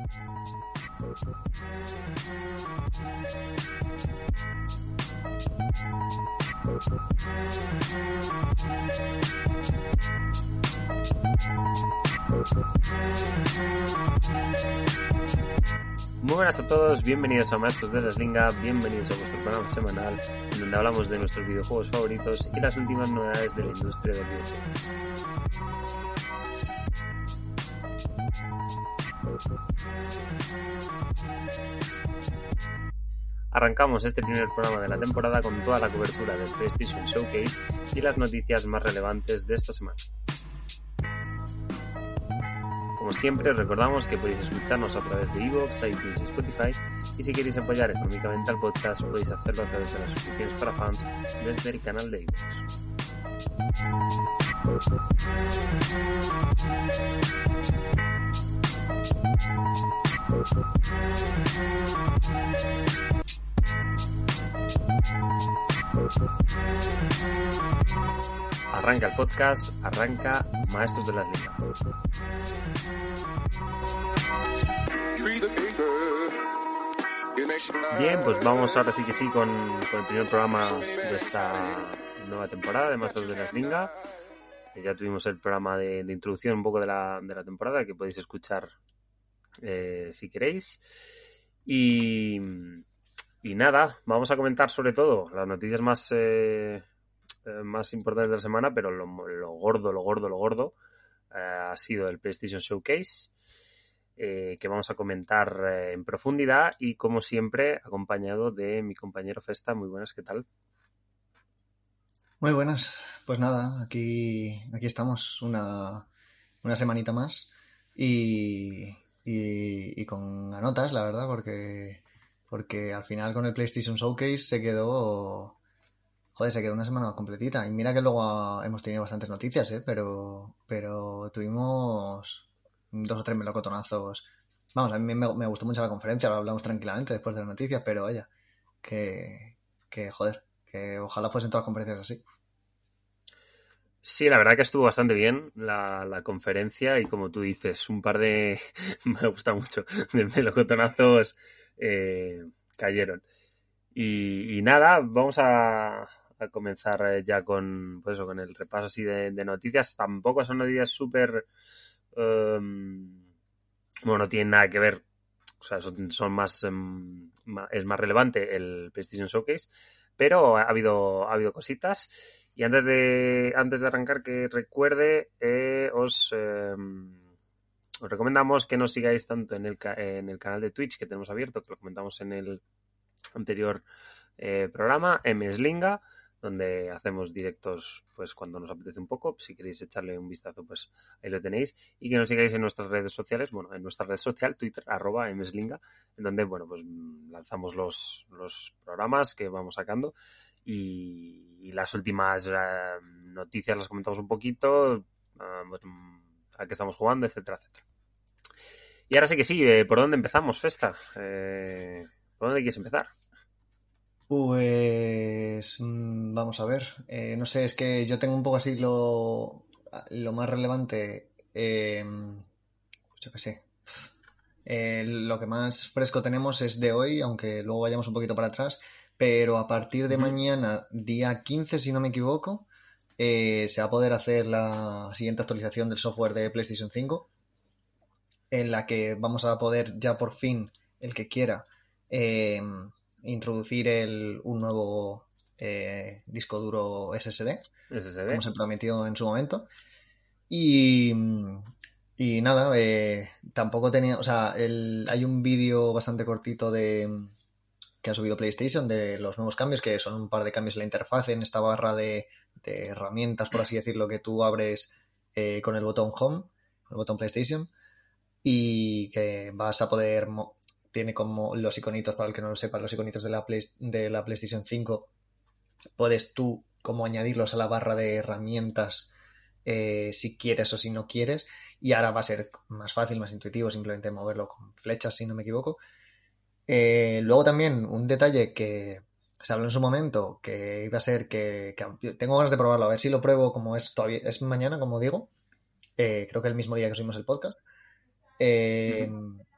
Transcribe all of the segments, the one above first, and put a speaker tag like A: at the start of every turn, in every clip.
A: Muy buenas a todos, bienvenidos a Maestros de la Slinga, bienvenidos a vuestro programa semanal en donde hablamos de nuestros videojuegos favoritos y las últimas novedades de la industria del videojuego. Arrancamos este primer programa de la temporada con toda la cobertura del PlayStation Showcase y las noticias más relevantes de esta semana. Como siempre, recordamos que podéis escucharnos a través de iVoox, iTunes y Spotify, y si queréis apoyar económicamente al podcast podéis hacerlo a través de las suscripciones para fans desde el canal de iVoox. Arranca el podcast, arranca Maestros de la Slinga. Bien, pues vamos ahora sí que sí con el primer programa de esta nueva temporada de Maestros de la Slinga. Ya tuvimos el programa de introducción un poco de la temporada que podéis escuchar si queréis. Y nada, vamos a comentar sobre todo las noticias más importantes de la semana, pero lo gordo ha sido el PlayStation Showcase, que vamos a comentar en profundidad y como siempre acompañado de mi compañero Festa. Muy buenas, ¿qué tal?
B: Muy buenas, pues nada, aquí estamos una semanita más y con anotas, la verdad, porque al final con el PlayStation Showcase se quedó una semana completita. Y mira que luego hemos tenido bastantes noticias, pero tuvimos 2 o 3 melocotonazos. Vamos, a mí me gustó mucho la conferencia, lo hablamos tranquilamente después de las noticias, pero vaya, que ojalá fuesen todas las conferencias así.
A: Sí, la verdad que estuvo bastante bien la conferencia y como tú dices, un par de, me gusta mucho, de melocotonazos cayeron. Y nada, vamos a comenzar ya con el repaso así de noticias. Tampoco son noticias súper... no tienen nada que ver. O sea, son más... es más relevante el PlayStation Showcase. Pero ha habido cositas. Y antes de arrancar, que recuerde, os recomendamos que nos sigáis tanto en el canal de Twitch que tenemos abierto, que lo comentamos en el anterior programa, MSlinga, donde hacemos directos pues cuando nos apetece un poco. Si queréis echarle un vistazo, pues ahí lo tenéis. Y que nos sigáis en nuestras redes sociales, en nuestra red social, Twitter, @mslinga, en donde, pues lanzamos los programas que vamos sacando y las últimas noticias las comentamos un poquito, a qué estamos jugando, etcétera, etcétera. Y ahora sí que sí, ¿por dónde empezamos, Festa? ¿Por dónde quieres empezar?
B: Pues vamos a ver. No sé, es que yo tengo un poco así lo más relevante. Pues yo qué sé. Lo que más fresco tenemos es de hoy, aunque luego vayamos un poquito para atrás. Pero a partir de mañana, día 15, si no me equivoco, se va a poder hacer la siguiente actualización del software de PlayStation 5, en la que vamos a poder ya por fin, el que quiera, introducir un nuevo disco duro SSD, como se prometió en su momento. Y nada, tampoco tenía, o sea, hay un vídeo bastante cortito que ha subido PlayStation de los nuevos cambios, que son un par de cambios en la interfaz, en esta barra de herramientas, por así decirlo, que tú abres con el botón Home, el botón PlayStation, y que vas a poder... Tiene como los iconitos, para el que no lo sepa, los iconitos de la PlayStation 5. Puedes tú como añadirlos a la barra de herramientas si quieres o si no quieres. Y ahora va a ser más fácil, más intuitivo, simplemente moverlo con flechas, si no me equivoco. Luego también un detalle que se habló en su momento, que iba a ser que tengo ganas de probarlo, a ver si lo pruebo, como es todavía, es mañana, como digo. Creo que el mismo día que subimos el podcast.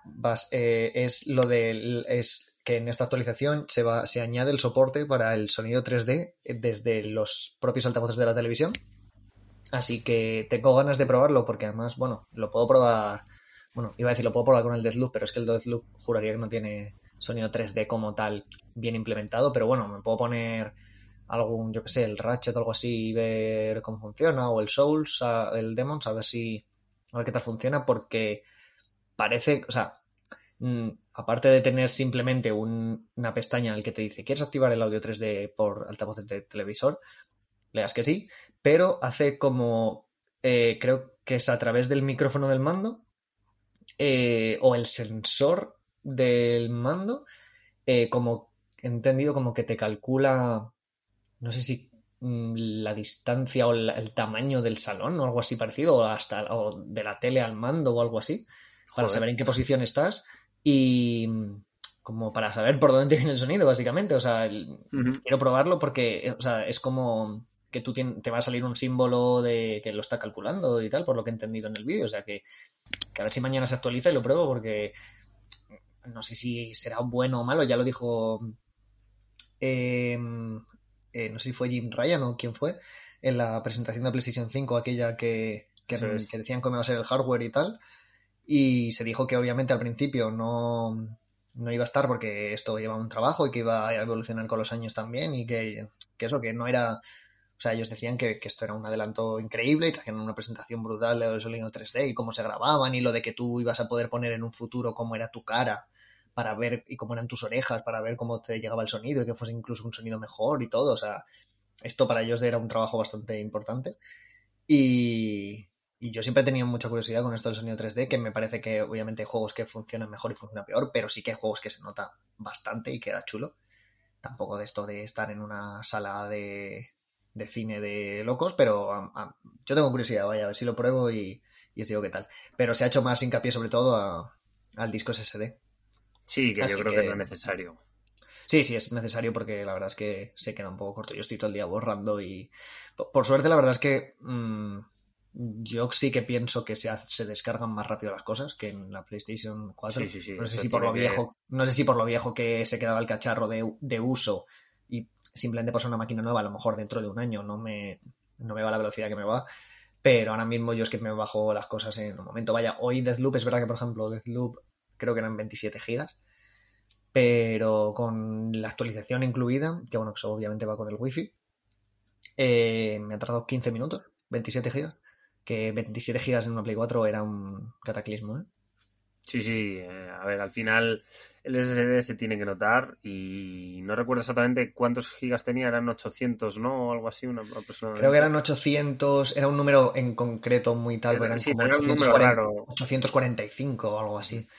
B: es lo del... Es que en esta actualización se añade el soporte para el sonido 3D desde los propios altavoces de la televisión. Así que tengo ganas de probarlo porque además, bueno, lo puedo probar... Bueno, iba a decir, lo puedo probar con el Deathloop, pero es que el Deathloop juraría que no tiene sonido 3D como tal bien implementado, pero bueno, me puedo poner algún, yo que sé, el Ratchet o algo así y ver cómo funciona, o el Souls, el Demons, a ver qué tal funciona, porque parece, o sea, aparte de tener simplemente una pestaña en la que te dice, ¿quieres activar el audio 3D por altavoces de televisor? Le das que sí, pero hace como, creo que es a través del micrófono del mando, o el sensor del mando, como he entendido como que te calcula, no sé si la distancia o el tamaño del salón o algo así parecido, o de la tele al mando o algo así, para saber en qué posición estás y como para saber por dónde te viene el sonido, básicamente. O sea, quiero probarlo porque, o sea, es como que te va a salir un símbolo de que lo está calculando y tal, por lo que he entendido en el vídeo. O sea, que a ver si mañana se actualiza y lo pruebo porque no sé si será bueno o malo, ya lo dijo, no sé si fue Jim Ryan o quién fue, en la presentación de PlayStation 5, aquella que decían cómo iba a ser el hardware y tal, y se dijo que obviamente al principio no iba a estar porque esto lleva un trabajo y que iba a evolucionar con los años también y que eso, que no era... O sea, ellos decían que esto era un adelanto increíble y te hacían una presentación brutal de los sonidos 3D y cómo se grababan y lo de que tú ibas a poder poner en un futuro cómo era tu cara para ver y cómo eran tus orejas para ver cómo te llegaba el sonido y que fuese incluso un sonido mejor y todo. O sea, esto para ellos era un trabajo bastante importante. Y yo siempre he tenido mucha curiosidad con esto del sonido 3D, que me parece que obviamente hay juegos que funcionan mejor y funcionan peor, pero sí que hay juegos que se nota bastante y queda chulo. Tampoco de esto de estar en una sala de cine de locos, pero yo tengo curiosidad, vaya, a ver si lo pruebo y os digo qué tal. Pero se ha hecho más hincapié sobre todo al disco SSD.
A: Sí, que yo creo que no es necesario.
B: Sí, es necesario porque la verdad es que se queda un poco corto. Yo estoy todo el día borrando y por suerte la verdad es que yo sí que pienso que se descargan más rápido las cosas que en la PlayStation 4.
A: Sí,
B: No sé si por lo viejo, no sé si por lo viejo que se quedaba el cacharro de uso y simplemente por ser una máquina nueva, a lo mejor dentro de un año no me va la velocidad que me va. Pero ahora mismo yo es que me bajo las cosas en un momento. Vaya, hoy Deathloop, es verdad que por ejemplo Deathloop creo que eran 27 gigas, pero con la actualización incluida, que bueno, eso obviamente va con el wifi, me ha tardado 15 minutos, 27 gigas, que 27 gigas en una Play 4 era un cataclismo, ¿eh?
A: Sí, a ver, al final el SSD se tiene que notar y no recuerdo exactamente cuántos gigas tenía, eran 800, ¿no? O algo así, aproximadamente.
B: Creo que eran 800, era un número en concreto muy tal, eran
A: sí,
B: como
A: era un número raro.
B: 845 o algo así.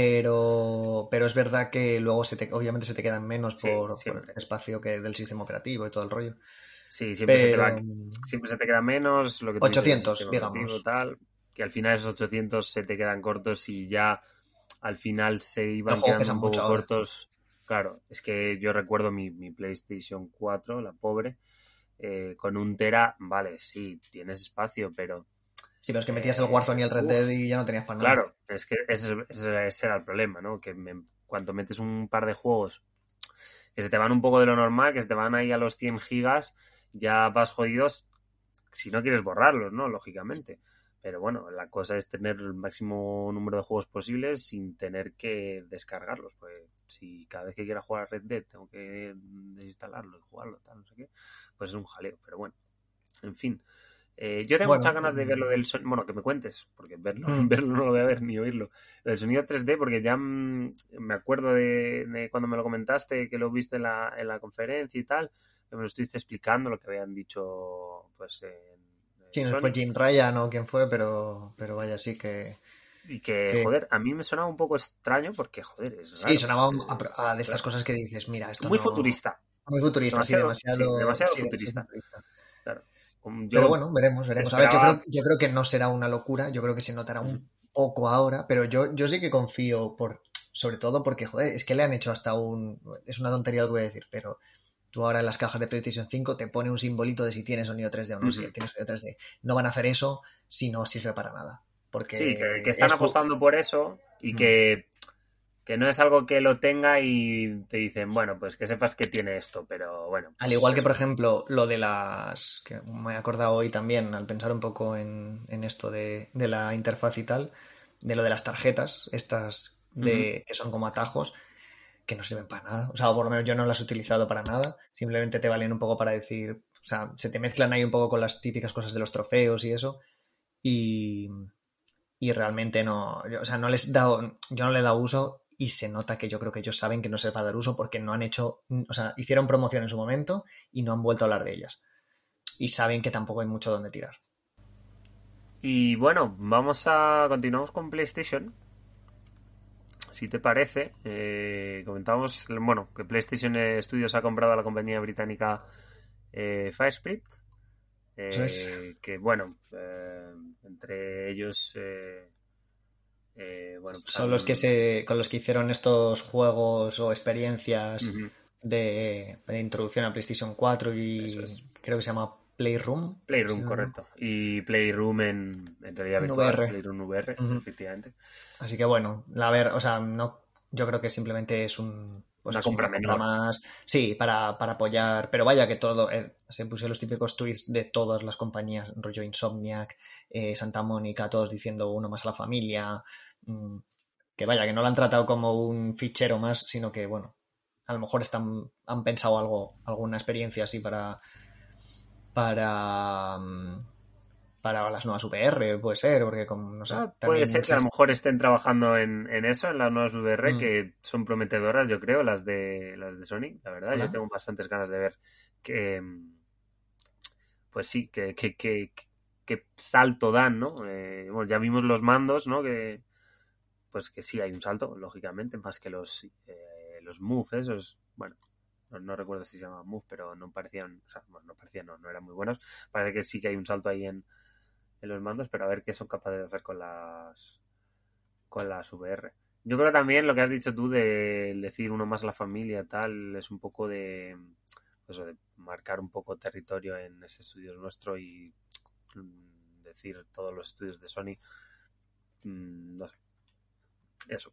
B: Pero es verdad que luego obviamente se te quedan menos por el espacio que del sistema operativo y todo el rollo.
A: Sí, siempre se te queda menos, lo que tú
B: 800,
A: dices,
B: digamos.
A: Tal, que al final esos 800 se te quedan cortos y ya al final se iban quedando un poco cortos. Claro, es que yo recuerdo mi PlayStation 4, la pobre, con 1 tera, vale, sí, tienes espacio, pero...
B: Sí, pero es que metías el Warzone y el Red Dead y ya no tenías para nada.
A: Claro, es que ese era el problema, ¿no? Que cuando metes un par de juegos que se te van un poco de lo normal, que se te van ahí a los 100 gigas, ya vas jodidos si no quieres borrarlos, ¿no? Lógicamente. Pero bueno, la cosa es tener el máximo número de juegos posibles sin tener que descargarlos. Pues si cada vez que quiera jugar a Red Dead tengo que desinstalarlo y jugarlo, tal, no sé qué, pues es un jaleo. Pero bueno, en fin. Yo tengo muchas ganas de verlo del sonido. Bueno, que me cuentes, porque verlo no lo voy a ver ni oírlo. El sonido 3D, porque ya me acuerdo de cuando me lo comentaste, que lo viste en la conferencia y tal, que me lo estuviste explicando lo que habían dicho, pues.
B: Sí, no fue Jim Ryan o quién fue, pero vaya, sí que.
A: Y que, joder, a mí me sonaba un poco extraño porque, joder, es raro.
B: Sí, sonaba de estas cosas que dices, mira, esto
A: muy
B: no...
A: futurista.
B: Muy futurista, demasiado
A: futurista. Claro.
B: Pero bueno, veremos. Esperaba... A ver, yo creo que no será una locura, yo creo que se notará un poco ahora, pero yo sí que confío, sobre todo porque, joder, es que le han hecho hasta es una tontería lo que voy a decir, pero tú ahora en las cajas de PlayStation 5 te pone un simbolito de si tienes sonido 3D o no, si tienes sonido 3D. No van a hacer eso si no sirve para nada. Porque
A: sí, que están apostando por eso y que Que no es algo que lo tenga y te dicen, bueno, pues que sepas que tiene esto, pero bueno.
B: Al igual que, por ejemplo, lo de las... que me he acordado hoy también, al pensar un poco en esto de la interfaz y tal, de lo de las tarjetas, estas que son como atajos, que no sirven para nada. O sea, por lo menos yo no las he utilizado para nada. Simplemente te valen un poco para decir... O sea, se te mezclan ahí un poco con las típicas cosas de los trofeos y eso. Y realmente no... O sea, no les he dado... Yo no le he dado uso y se nota que yo creo que ellos saben que no se les va a dar uso porque no han hecho... O sea, hicieron promoción en su momento y no han vuelto a hablar de ellas. Y saben que tampoco hay mucho donde tirar.
A: Y bueno, continuamos con PlayStation. Si te parece, comentábamos, bueno, que PlayStation Studios ha comprado a la compañía británica Firesprit.
B: Eso es.
A: Que bueno, entre ellos... bueno, pues
B: Son los que con los que hicieron estos juegos o experiencias de introducción a PlayStation 4
A: eso
B: y
A: es.
B: creo que se llama Playroom.
A: Playroom, correcto. Y Playroom en realidad
B: En
A: virtual,
B: VR.
A: Playroom VR, efectivamente.
B: Así que bueno, o sea, no, yo creo que simplemente es pues
A: Una
B: eso,
A: compra
B: una compra
A: menor.
B: más, sí, para apoyar, pero vaya que todo, se pusieron los típicos tweets de todas las compañías, rollo Insomniac, Santa Mónica, todos diciendo uno más a la familia, que vaya, que no lo han tratado como un fichero más, sino que bueno, a lo mejor han pensado alguna experiencia así para, para las nuevas VR, puede ser, porque como, no sé,
A: Puede
B: también
A: ser que a lo mejor estén trabajando en eso, en las nuevas VR, que son prometedoras, yo creo, las de Sony, la verdad. Yo
B: Hola.
A: tengo bastantes ganas de ver que, pues sí, que salto dan, ¿no? Bueno, ya vimos los mandos, ¿no? Pues que sí hay un salto, lógicamente, más que los Move, esos, bueno, no recuerdo si se llamaban Move, pero no parecían, o sea, bueno, no parecían, no eran muy buenos. Parece que sí que hay un salto ahí en los mandos, pero a ver qué son capaces de hacer con las VR. Yo creo también lo que has dicho tú de decir uno más a la familia, tal, es un poco de eso, de marcar un poco territorio en ese estudio nuestro y decir todos los estudios de Sony. No sé, eso.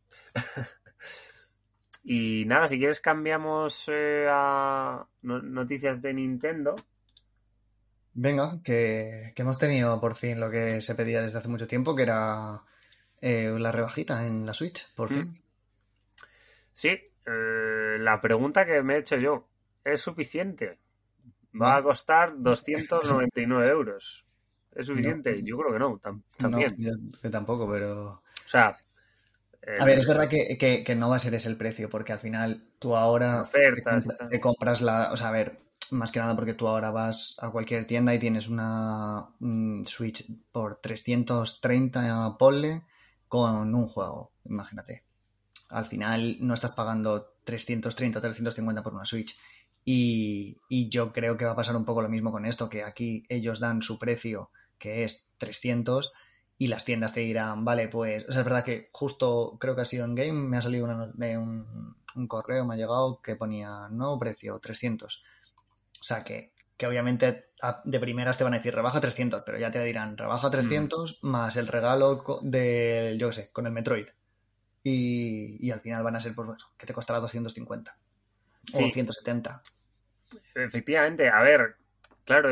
A: Y nada, si quieres cambiamos a noticias de Nintendo.
B: Venga, que hemos tenido por fin lo que se pedía desde hace mucho tiempo, que era la rebajita en la Switch, por fin.
A: Sí, la pregunta que me he hecho yo, ¿es suficiente? Va a
B: No,
A: costar 299 euros. ¿Es
B: no,
A: suficiente? Yo creo que no,
B: no,
A: también.
B: yo tampoco, pero...
A: O sea,
B: A ver, es verdad que no va a ser ese el precio, porque al final tú
A: con
B: ahora
A: ofertas y tal.
B: te compras la... O sea, a ver, más que nada porque tú ahora vas a cualquier tienda y tienes una Switch por 330, ponle, con un juego, imagínate. Al final no estás pagando 330 o 350 por una Switch. Y yo creo que va a pasar un poco lo mismo con esto, que aquí ellos dan su precio, que es 300, y las tiendas te dirán, vale, pues, o sea, es verdad que justo creo que ha sido en Game, me ha salido un correo, me ha llegado que ponía nuevo precio, 300. O sea, que obviamente de primeras te van a decir rebaja 300, pero ya te dirán rebaja 300 más el regalo del, yo qué sé, con el Metroid. Y al final van a ser, pues bueno, que te costará 250 o
A: Sí,
B: 170.
A: efectivamente. A ver, claro,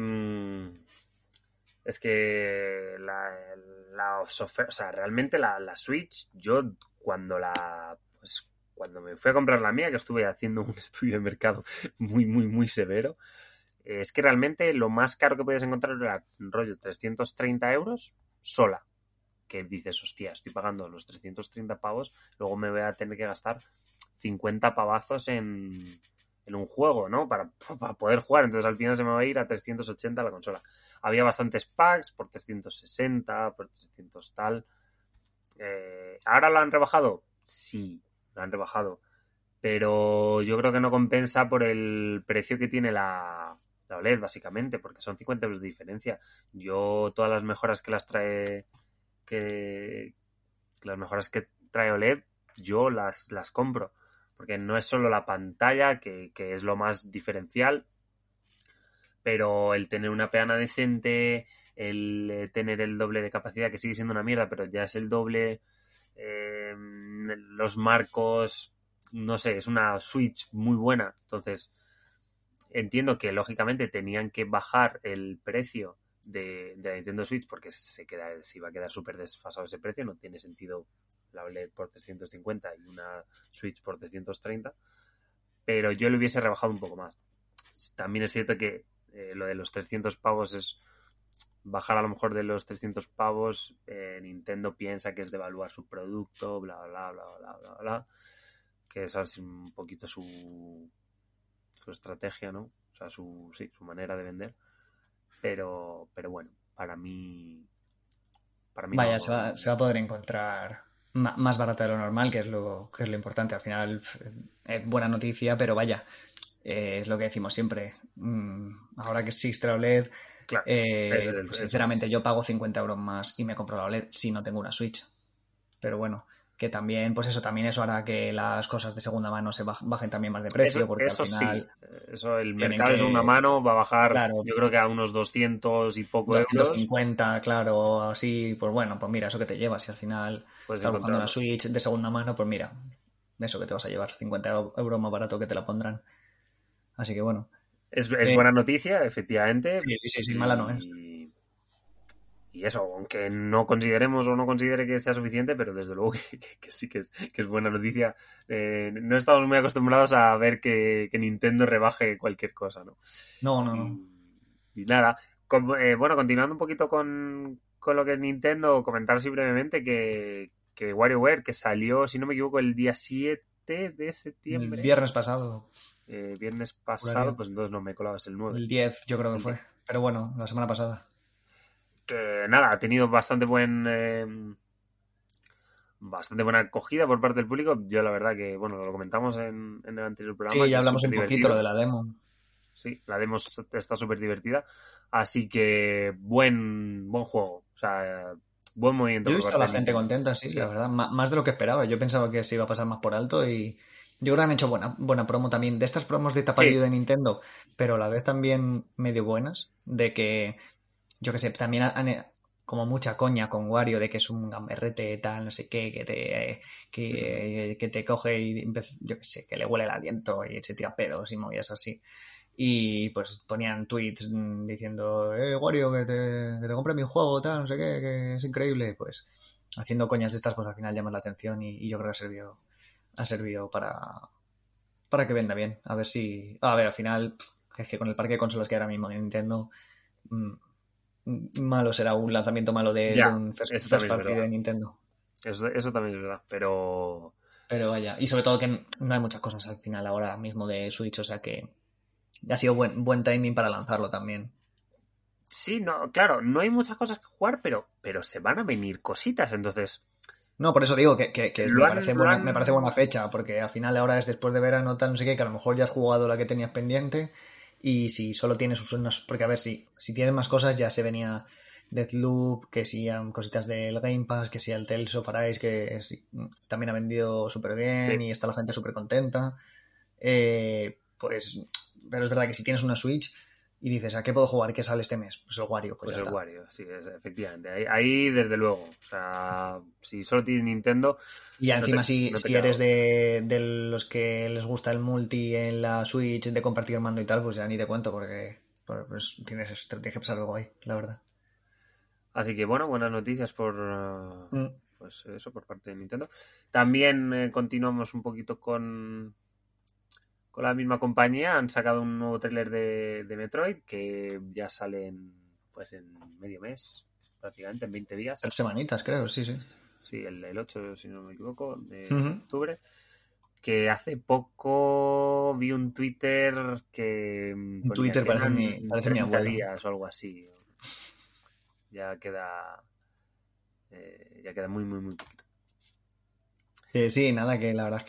A: es que o sea, realmente la Switch, yo pues cuando me fui a comprar la mía, que estuve haciendo un estudio de mercado muy, muy, muy severo, es que realmente lo más caro que podías encontrar era rollo 330 euros sola. Que dices, hostia, estoy pagando los 330 pavos, luego me voy a tener que gastar 50 pavazos en un juego, ¿no? Para poder jugar. Entonces al final se me va a ir a 380 la consola. Había bastantes packs por 360, por 300 tal. ¿Ahora lo han rebajado? Sí, lo han rebajado. Pero yo creo que no compensa por el precio que tiene la OLED, básicamente, porque son 50 euros de diferencia. Yo todas las mejoras que las mejoras que trae OLED, yo las compro. Porque no es solo la pantalla, que es lo más diferencial, pero el tener una peana decente, el tener el doble de capacidad, que sigue siendo una mierda, pero ya es el doble, los marcos, no sé, es una Switch muy buena. Entonces, entiendo que lógicamente tenían que bajar el precio de la Nintendo Switch porque se iba a quedar súper desfasado ese precio. No tiene sentido la OLED por 350 y una Switch por 330. Pero yo le hubiese rebajado un poco más. También es cierto que lo de los 300 pavos es bajar a lo mejor de los 300 pavos. Nintendo piensa que es devaluar su producto, bla, bla, bla, bla, bla, bla. Que esa es un poquito su estrategia, ¿no? O sea, su manera de vender. Pero bueno, para mí
B: Vaya,
A: no.
B: se va a poder encontrar más barata de lo normal, que es lo importante. Al final es buena noticia, pero vaya, es lo que decimos siempre. Ahora que existe la OLED,
A: Claro,
B: pues sinceramente yo pago 50 euros más y me compro la OLED si no tengo una Switch. Pero bueno, que también, pues también eso hará que las cosas de segunda mano se bajen también más de precio, porque
A: eso
B: al final
A: sí, eso el
B: tienen
A: mercado de segunda
B: que,
A: mano va a bajar,
B: claro,
A: yo creo que a unos 200 y poco euros.
B: 250, claro, así, pues bueno, pues mira, eso que te llevas. Y al final
A: Puedes
B: estás buscando una
A: encontrarlo.
B: Switch de segunda mano, pues mira, eso que te vas a llevar, 50 euros más barato que te la pondrán. Así que bueno.
A: Es buena noticia, efectivamente.
B: Sí, mala no es.
A: Y eso, aunque no consideremos o no considere que sea suficiente, pero desde luego que sí que es buena noticia. No estamos muy acostumbrados a ver que Nintendo rebaje cualquier cosa, ¿no?
B: No.
A: Y nada, bueno, continuando un poquito con lo que es Nintendo, comentar así brevemente que WarioWare, que salió, si no me equivoco, el día 7 de
B: El
A: septiembre,
B: viernes pasado.
A: viernes pasado, pues entonces no me he colado, es el 9.
B: El 10 yo creo que
A: El
B: fue.
A: 10.
B: Pero bueno, la semana pasada.
A: Que nada, ha tenido bastante buena acogida por parte del público. Yo la verdad que, bueno, lo comentamos en el anterior programa,
B: Sí, ya
A: que es
B: hablamos
A: súper
B: un poquito lo
A: divertido.
B: de la demo.
A: Sí, la demo está súper divertida. Así que buen juego. O sea, buen movimiento
B: Yo he
A: por
B: visto a
A: parte
B: la
A: de
B: gente
A: Nintendo.
B: contenta, sí,
A: Sí,
B: la verdad. Más de lo que esperaba. Yo pensaba que se iba a pasar más por alto y yo creo que han hecho buena promo también. De estas promos de tapadillo
A: sí,
B: de Nintendo, pero a la vez también medio buenas. De que, yo que sé, también han como mucha coña con Wario de que es un gamberrete tal, no sé qué, que te coge y yo que sé, que le huele el aliento y se tira pedos y movidas así. Y pues ponían tweets diciendo, Wario, que te compre mi juego, tal, no sé qué, que es increíble. Pues haciendo coñas de estas, pues al final llaman la atención y yo creo que ha servido para que venda bien. A ver si. A ver, al final, es que con el parque de consolas que hay ahora mismo de Nintendo, mm, malo será un lanzamiento malo de
A: ya,
B: un
A: eso
B: first
A: también es
B: party
A: verdad.
B: de Nintendo.
A: Eso también es verdad, pero
B: Pero vaya, y sobre todo que no hay muchas cosas al final ahora mismo de Switch, o sea que ha sido buen timing para lanzarlo también.
A: sí, no, claro, no hay muchas cosas que jugar, pero se van a venir cositas, entonces
B: No, por eso digo que
A: lo
B: me
A: han,
B: parece buena fecha, porque al final ahora es después de verano, tal, no sé qué, que a lo mejor ya has jugado la que tenías pendiente, y si solo tienes unos. Porque a ver, si tienes más cosas, ya se venía Deathloop, que si cositas del Game Pass, que si el Tales of Arise, que también ha vendido súper bien
A: sí.
B: y está la gente súper contenta. Pues, pero es verdad que si tienes una Switch y dices, ¿a qué puedo jugar? ¿Qué sale este mes? Pues el Wario, pues
A: Pues
B: ya
A: el
B: está.
A: Wario, sí, efectivamente. Ahí, desde luego. O sea, si solo tienes Nintendo,
B: Y ya
A: no te,
B: encima si,
A: no te
B: si
A: queda
B: eres
A: otra.
B: de los que les gusta el multi en la Switch, de compartir el mando y tal, pues ya ni te cuento porque pues, tienes que pasar algo ahí, la verdad.
A: Así que bueno, buenas noticias
B: Mm.
A: pues eso, por parte de Nintendo. También continuamos un poquito con la misma compañía. Han sacado un nuevo tráiler de Metroid que ya sale pues en medio mes, prácticamente, en 20 días.
B: 3 semanitas, creo, sí, sí.
A: Sí, el 8, si no me equivoco, de
B: Ujú.
A: octubre. Que hace poco vi un Twitter que
B: En
A: ponía
B: Twitter
A: que
B: parece
A: eran
B: parece mi
A: 30
B: abuelo.
A: días o algo así. Ya queda muy, muy, muy poquito.
B: Sí, nada, que la verdad es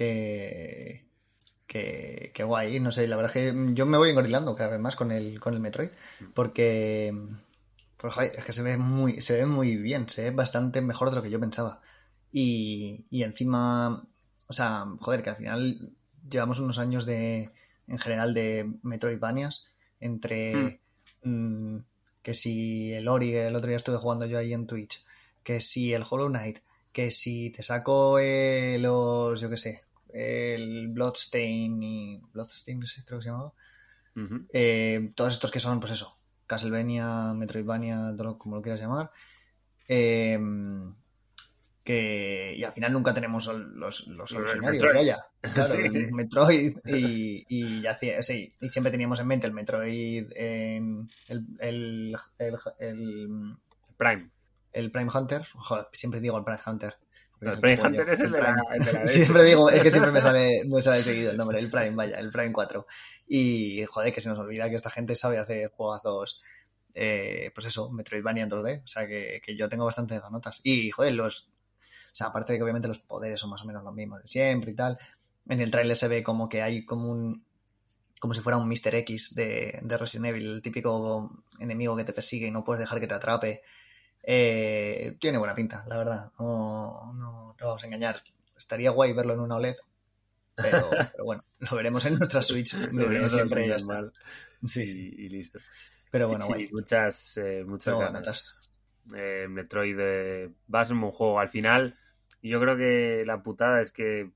B: que guay, no sé, la verdad es que yo me voy engorilando cada vez más con el Metroid, porque pues, joder, es que se ve muy bien, se ve bastante mejor de lo que yo pensaba. Y encima, o sea, joder, que al final llevamos unos años en general de Metroidvanias,
A: Hmm.
B: entre que si el Ori, el otro día estuve jugando yo ahí en Twitch, que si el Hollow Knight, que si te saco los, yo qué sé, el Bloodstain, creo que se llamaba, todos estos que son, pues eso, Castlevania, Metroidvania, como lo quieras llamar, y al final nunca tenemos los originarios, vaya. Claro,
A: sí,
B: el Metroid y sí, y siempre teníamos en mente el Metroid en el
A: Prime.
B: El Prime Hunter. Joder, siempre digo el Prime Hunter.
A: El Prime Hunter es el de la DS.
B: Siempre digo, es que siempre me sale seguido el nombre, el Prime, vaya, el Prime 4. Y joder, que se nos olvida que esta gente sabe hacer juegazos, pues eso, Metroidvania en 2D. O sea, que yo tengo bastantes ganotas. Y joder, o sea, aparte de que obviamente los poderes son más o menos los mismos de siempre y tal, en el trailer se ve como que hay como si fuera un Mr. X de Resident Evil, el típico enemigo que te persigue y no puedes dejar que te atrape. Tiene buena pinta, la verdad. No vamos a engañar. Estaría guay verlo en una OLED, pero bueno, lo veremos en nuestra Switch de siempre. Ya está. Sí.
A: Y listo.
B: Pero bueno,
A: sí,
B: guay.
A: Muchas ganas. Metroid va a ser un buen juego. Al final, yo creo que la putada es que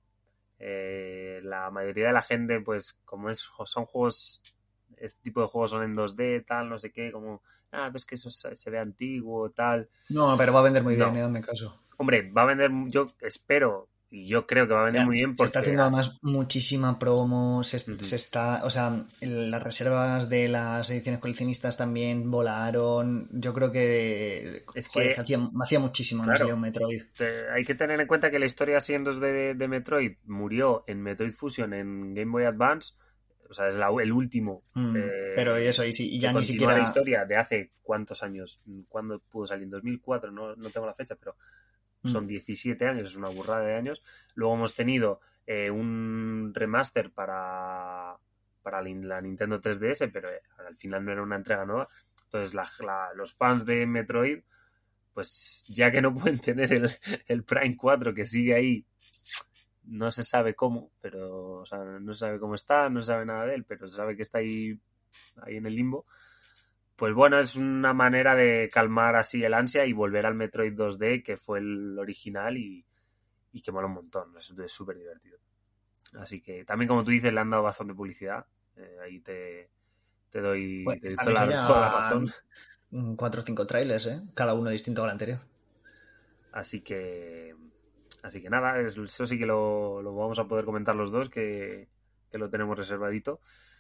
A: la mayoría de la gente, pues como son juegos, este tipo de juegos son en 2D, tal, no sé qué, como, ves que eso se ve antiguo, tal.
B: No, pero va a vender muy bien, dame caso.
A: Hombre, va a vender, yo espero, y yo creo que va a vender muy bien porque...
B: Se está haciendo además muchísima promo, se está, o sea, las reservas de las ediciones coleccionistas también volaron. Yo creo que me hacía muchísimo, claro, no salía un Metroid.
A: Hay que tener en cuenta que la historia así en 2D de Metroid murió en Metroid Fusion en Game Boy Advance. O sea, es el último.
B: Pero eso, y ya ni siquiera...
A: la historia de hace cuántos años. ¿Cuándo pudo salir? En 2004, no tengo la fecha, pero son 17 años, es una burrada de años. Luego hemos tenido un remaster para la Nintendo 3DS, pero al final no era una entrega nueva. Entonces los fans de Metroid, pues ya que no pueden tener el Prime 4 que sigue ahí, no se sabe cómo, pero o sea, no se sabe cómo está, no se sabe nada de él, pero se sabe que está ahí en el limbo. Pues bueno, es una manera de calmar así el ansia y volver al Metroid 2D, que fue el original y que mola un montón, es súper divertido. Así que también, como tú dices, le han dado bastante publicidad. Ahí te doy,
B: pues
A: toda la razón.
B: 4 o 5 trailers, cada uno distinto al anterior.
A: Así que nada, eso sí que lo vamos a poder comentar los dos, que lo tenemos reservadito.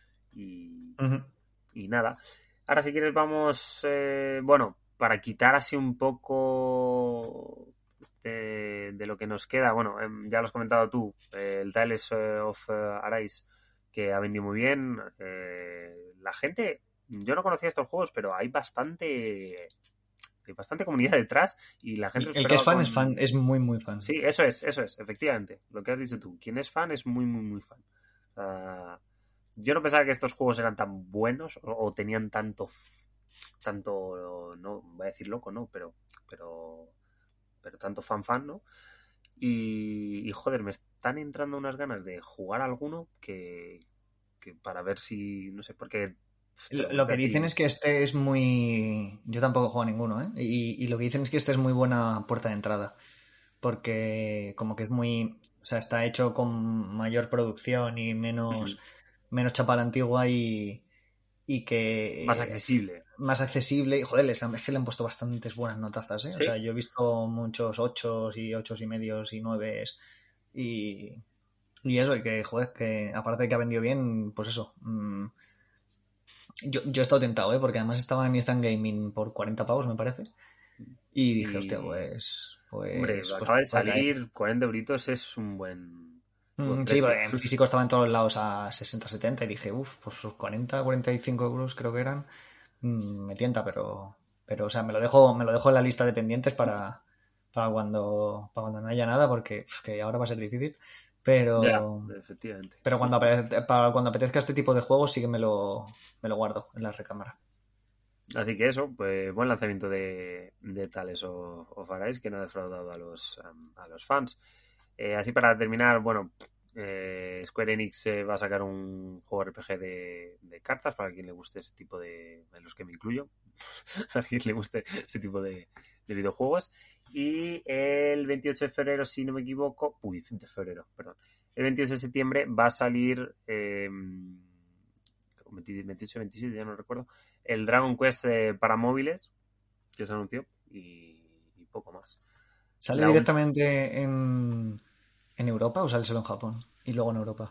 A: Y nada. Ahora, si quieres, vamos, para quitar así un poco de lo que nos queda. Bueno, ya lo has comentado tú, el Tales of Arise, que ha vendido muy bien. La gente, yo no conocía estos juegos, pero hay bastante comunidad detrás y la gente...
B: El que es fan, es muy, muy fan.
A: Sí, eso es, efectivamente. Lo que has dicho tú. Quien es fan es muy, muy, muy fan. Yo no pensaba que estos juegos eran tan buenos o tenían tanto, no voy a decir loco, no, pero tanto fan, ¿no? Y joder, me están entrando unas ganas de jugar alguno que para ver si, no sé, porque...
B: Lo que dicen es que este es muy... Yo tampoco juego a ninguno, ¿eh? Y lo que dicen es que este es muy buena puerta de entrada. Porque como que es muy... O sea, está hecho con mayor producción y menos chapa a la antigua y que...
A: Más accesible.
B: Más accesible. Y joder, es que le han puesto bastantes buenas notazas, ¿eh?
A: ¿Sí?
B: O sea, yo he visto muchos 8 y medios y 9 y eso, y que, joder, que aparte de que ha vendido bien, pues eso... Yo he estado tentado, porque además estaba en Instant Gaming por 40 pavos, me parece. Y dije, hostia, pues
A: hombre, acaba de salir, 40 euritos es un buen
B: sí, porque en físico estaba en todos lados a 60-70 y dije, pues 40-45 euros creo que eran. Me tienta, pero o sea, me lo dejo en la lista de pendientes para cuando no haya nada, porque que ahora va a ser difícil. Pero,
A: ya, efectivamente.
B: Pero cuando apetezca este tipo de juegos sí que me lo guardo en la recámara.
A: Así que eso, pues buen lanzamiento de Tales of Arise, que no ha defraudado a los fans. Así para terminar, bueno, Square Enix va a sacar un juego RPG de cartas para quien le guste ese tipo de... en los que me incluyo, para quien le guste ese tipo de videojuegos. Y el 28 de febrero, si no me equivoco... de febrero, perdón. El 28 de septiembre va a salir... 28, 27, ya no recuerdo. El Dragon Quest para móviles, que se anunció, y poco más.
B: ¿Sale directamente en Europa o sale solo en Japón? Y luego en Europa.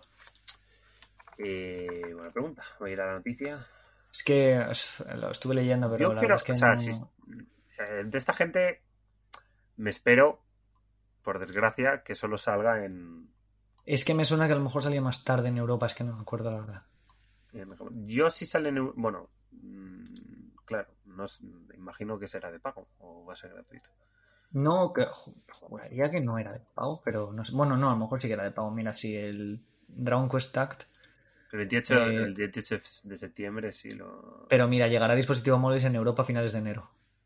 A: Buena pregunta. Voy a ir a la noticia.
B: Es que lo estuve leyendo, pero
A: yo
B: la
A: quiero,
B: verdad es que
A: o sea,
B: no...
A: de esta gente me espero, por desgracia, que solo salga en...
B: Es que me suena que a lo mejor salía más tarde en Europa, es que no me acuerdo la verdad.
A: Yo sí sale en... Bueno, claro, no imagino que será de pago o va a ser gratuito.
B: No, que juraría que no era de pago, pero no sé. Bueno, no, a lo mejor sí que era de pago. Mira, si el Dragon Quest Tact.
A: El 28 de septiembre sí lo...
B: Pero mira, llegará a dispositivo móviles en Europa a finales de enero.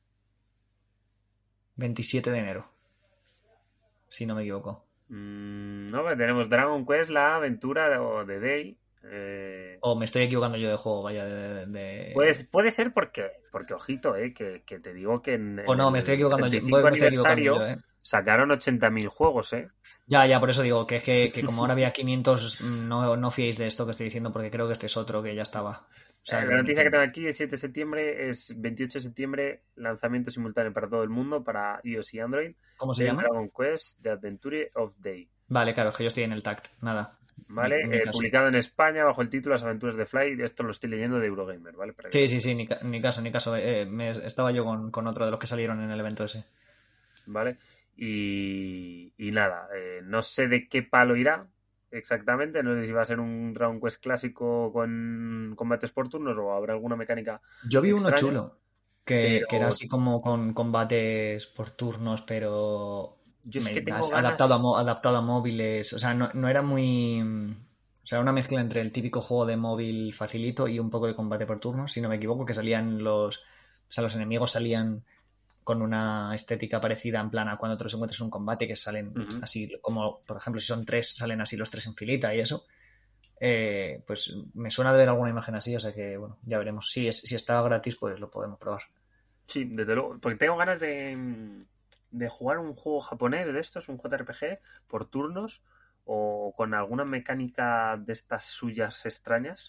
B: 27 de enero. Si no me equivoco.
A: No, tenemos Dragon Quest, la aventura de Day.
B: O me estoy equivocando yo de juego, vaya,
A: Pues puede ser porque ojito, que te digo que en
B: o no, me estoy equivocando yo.
A: 35
B: Me estoy equivocando
A: aniversario
B: yo,
A: sacaron 80.000 juegos,
B: Ya, por eso digo que como ahora había 500, no fiéis de esto que estoy diciendo porque creo que este es otro que ya estaba. O sea,
A: la noticia que tengo aquí, el 7 de septiembre, es 28 de septiembre, lanzamiento simultáneo para todo el mundo, para iOS y Android.
B: ¿Cómo se llama?
A: Dragon Quest, The Adventure of Day.
B: Vale, claro, es que yo estoy en el Tact, nada.
A: ¿Vale? Publicado en España bajo el título Las aventuras de Fly. Esto lo estoy leyendo de Eurogamer, ¿vale?
B: Sí, ni caso. Estaba yo con otro de los que salieron en el evento ese.
A: ¿Vale? Y nada, no sé de qué palo irá exactamente. No sé si va a ser un Dragon Quest clásico con combates por turnos o habrá alguna mecánica.
B: Yo vi
A: extraña,
B: uno chulo, que era así como con combates por turnos, pero
A: yo es que tengo ganas...
B: adaptado a móviles. O sea, no era muy... O sea, una mezcla entre el típico juego de móvil facilito y un poco de combate por turnos, si no me equivoco, que salían los... O sea, los enemigos salían con una estética parecida en plan a cuando te los encuentras en un combate, que salen así, como por ejemplo si son 3, salen así los 3 en filita y eso. Pues me suena de ver alguna imagen así, o sea que bueno, ya veremos. Si está gratis, pues lo podemos probar.
A: Sí, desde luego, porque tengo ganas de jugar un juego japonés de estos, un JRPG por turnos o con alguna mecánica de estas suyas extrañas.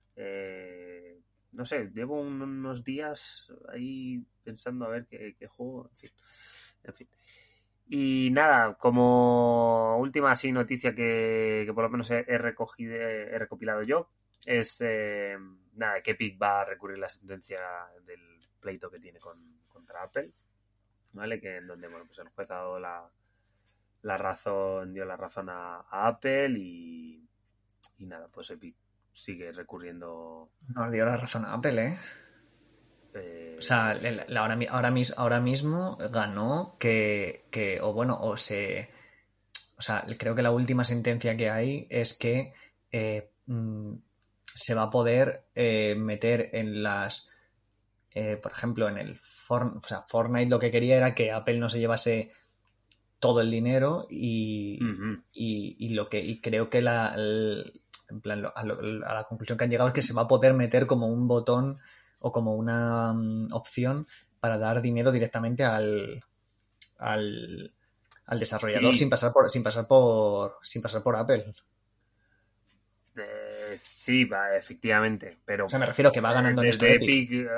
A: No sé, llevo unos días ahí pensando a ver qué juego, en fin. Y nada, como última así noticia que por lo menos he recopilado yo, es nada, que Epic va a recurrir la sentencia del pleito que tiene contra Apple, ¿vale? Que en donde, bueno, pues el juez ha dado dio la razón a Apple y nada, pues Epic sigue recurriendo.
B: No le dio la razón a Apple, O sea, ahora mismo ganó o sea, creo que la última sentencia que hay es que se va a poder meter en las... por ejemplo, en el Fortnite lo que quería era que Apple no se llevase todo el dinero y creo que en plan, a la conclusión que han llegado es que se va a poder meter como un botón o como una opción para dar dinero directamente al desarrollador sin pasar por Apple.
A: Sí, va, efectivamente, pero...
B: O sea, me refiero que va ganando en esto
A: Epic.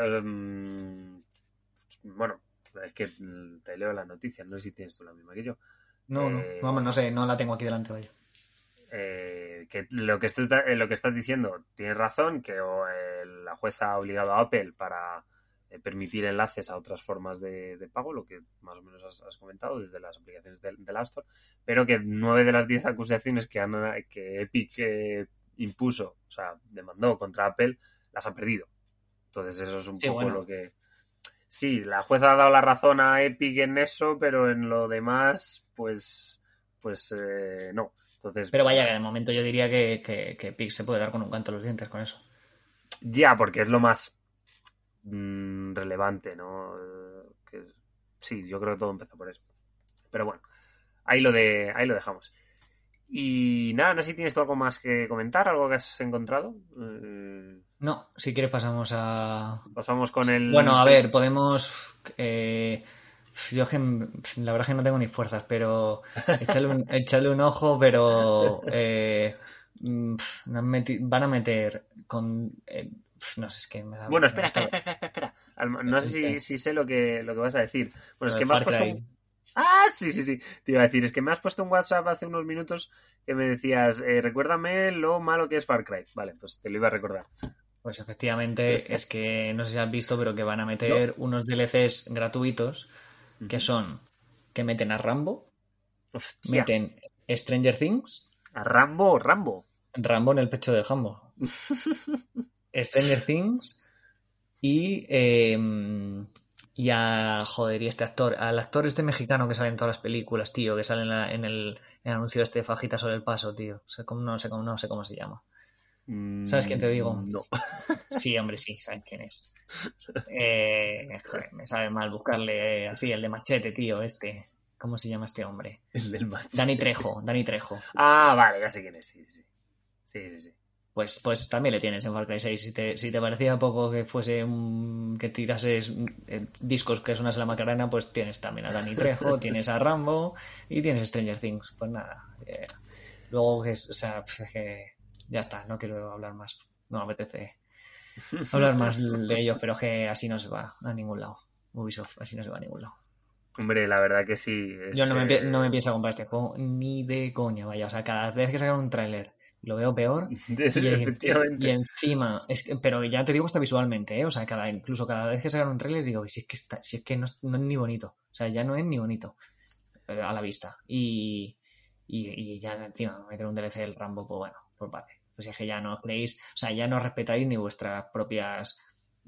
A: Bueno, es que te leo las noticias, no sé si tienes tú la misma que yo.
B: No, vamos, no sé, no la tengo aquí delante, vaya.
A: Que lo que estás diciendo tienes razón, que la jueza ha obligado a Apple para permitir enlaces a otras formas de pago, lo que más o menos has comentado desde las aplicaciones del App Store, pero que 9 de las 10 acusaciones que Epic impuso, o sea, demandó contra Apple, las ha perdido. Entonces eso es un poco lo que... Sí, la jueza ha dado la razón a Epic en eso, pero en lo demás, pues no. Entonces,
B: pero vaya, que de momento yo diría que Epic se puede dar con un canto a los dientes con eso.
A: Ya, porque es lo más relevante, ¿no? Sí, yo creo que todo empezó por eso. Pero bueno, ahí lo dejamos. Y nada, no sé si tienes tú algo más que comentar, algo que has encontrado.
B: No, si quieres pasamos
A: con el...
B: Bueno, a ver, podemos... Yo es que la verdad es que no tengo ni fuerzas, pero echarle un ojo, pero van a meter con... no sé, es que me da...
A: Bueno,
B: me da hasta...
A: espera. No sé si sé lo que vas a decir. Bueno, es
B: Lo
A: que
B: de
A: me has
B: Far
A: puesto
B: Cry.
A: un... Ah, sí. Te iba a decir, es que me has puesto un WhatsApp hace unos minutos que me decías, recuérdame lo malo que es Far Cry. Vale, pues te lo iba a recordar.
B: Pues efectivamente es que no sé si has visto, pero que van a
A: ¿No?
B: meter unos DLCs gratuitos que
A: Ujú.
B: son que meten a Rambo,
A: Hostia,
B: meten Stranger Things,
A: a Rambo.
B: Rambo en el pecho del Jambo, Stranger Things y a joder, y este actor, al actor este mexicano que sale en todas las películas, tío, que sale en el anuncio este de Fajita sobre el paso, tío. No sé cómo se llama. ¿Sabes quién te digo?
A: No.
B: Sí, hombre, sí, ¿sabes quién es? Joder, me sabe mal buscarle así, el de Machete, tío, este. ¿Cómo se llama este hombre?
A: El del match.
B: Dani Trejo.
A: Ah, vale, ya sé quién es. Sí.
B: Pues también le tienes en Far Cry 6. Si te parecía poco que fuese que tirases discos que sonas en la Macarena, pues tienes también a Dani Trejo, tienes a Rambo y tienes Stranger Things. Pues nada. Luego, o sea, es que ya está, no quiero hablar más. No me apetece hablar más de ellos, pero es que así no se va a ningún lado. Ubisoft, así no se va a ningún lado.
A: Hombre, la verdad que sí.
B: Yo no me pienso comprar este juego ni de coña, vaya. O sea, cada vez que sacan un tráiler lo veo peor y
A: Efectivamente.
B: encima, pero ya te digo hasta visualmente, ¿eh? O sea, incluso cada vez que sacan un tráiler digo, si es que no es ni bonito. O sea, ya no es ni bonito a la vista. Y ya encima meter un DLC del Rambo, pues bueno, por parte. Pues es que ya no os creéis, o sea, ya no respetáis ni vuestras propias...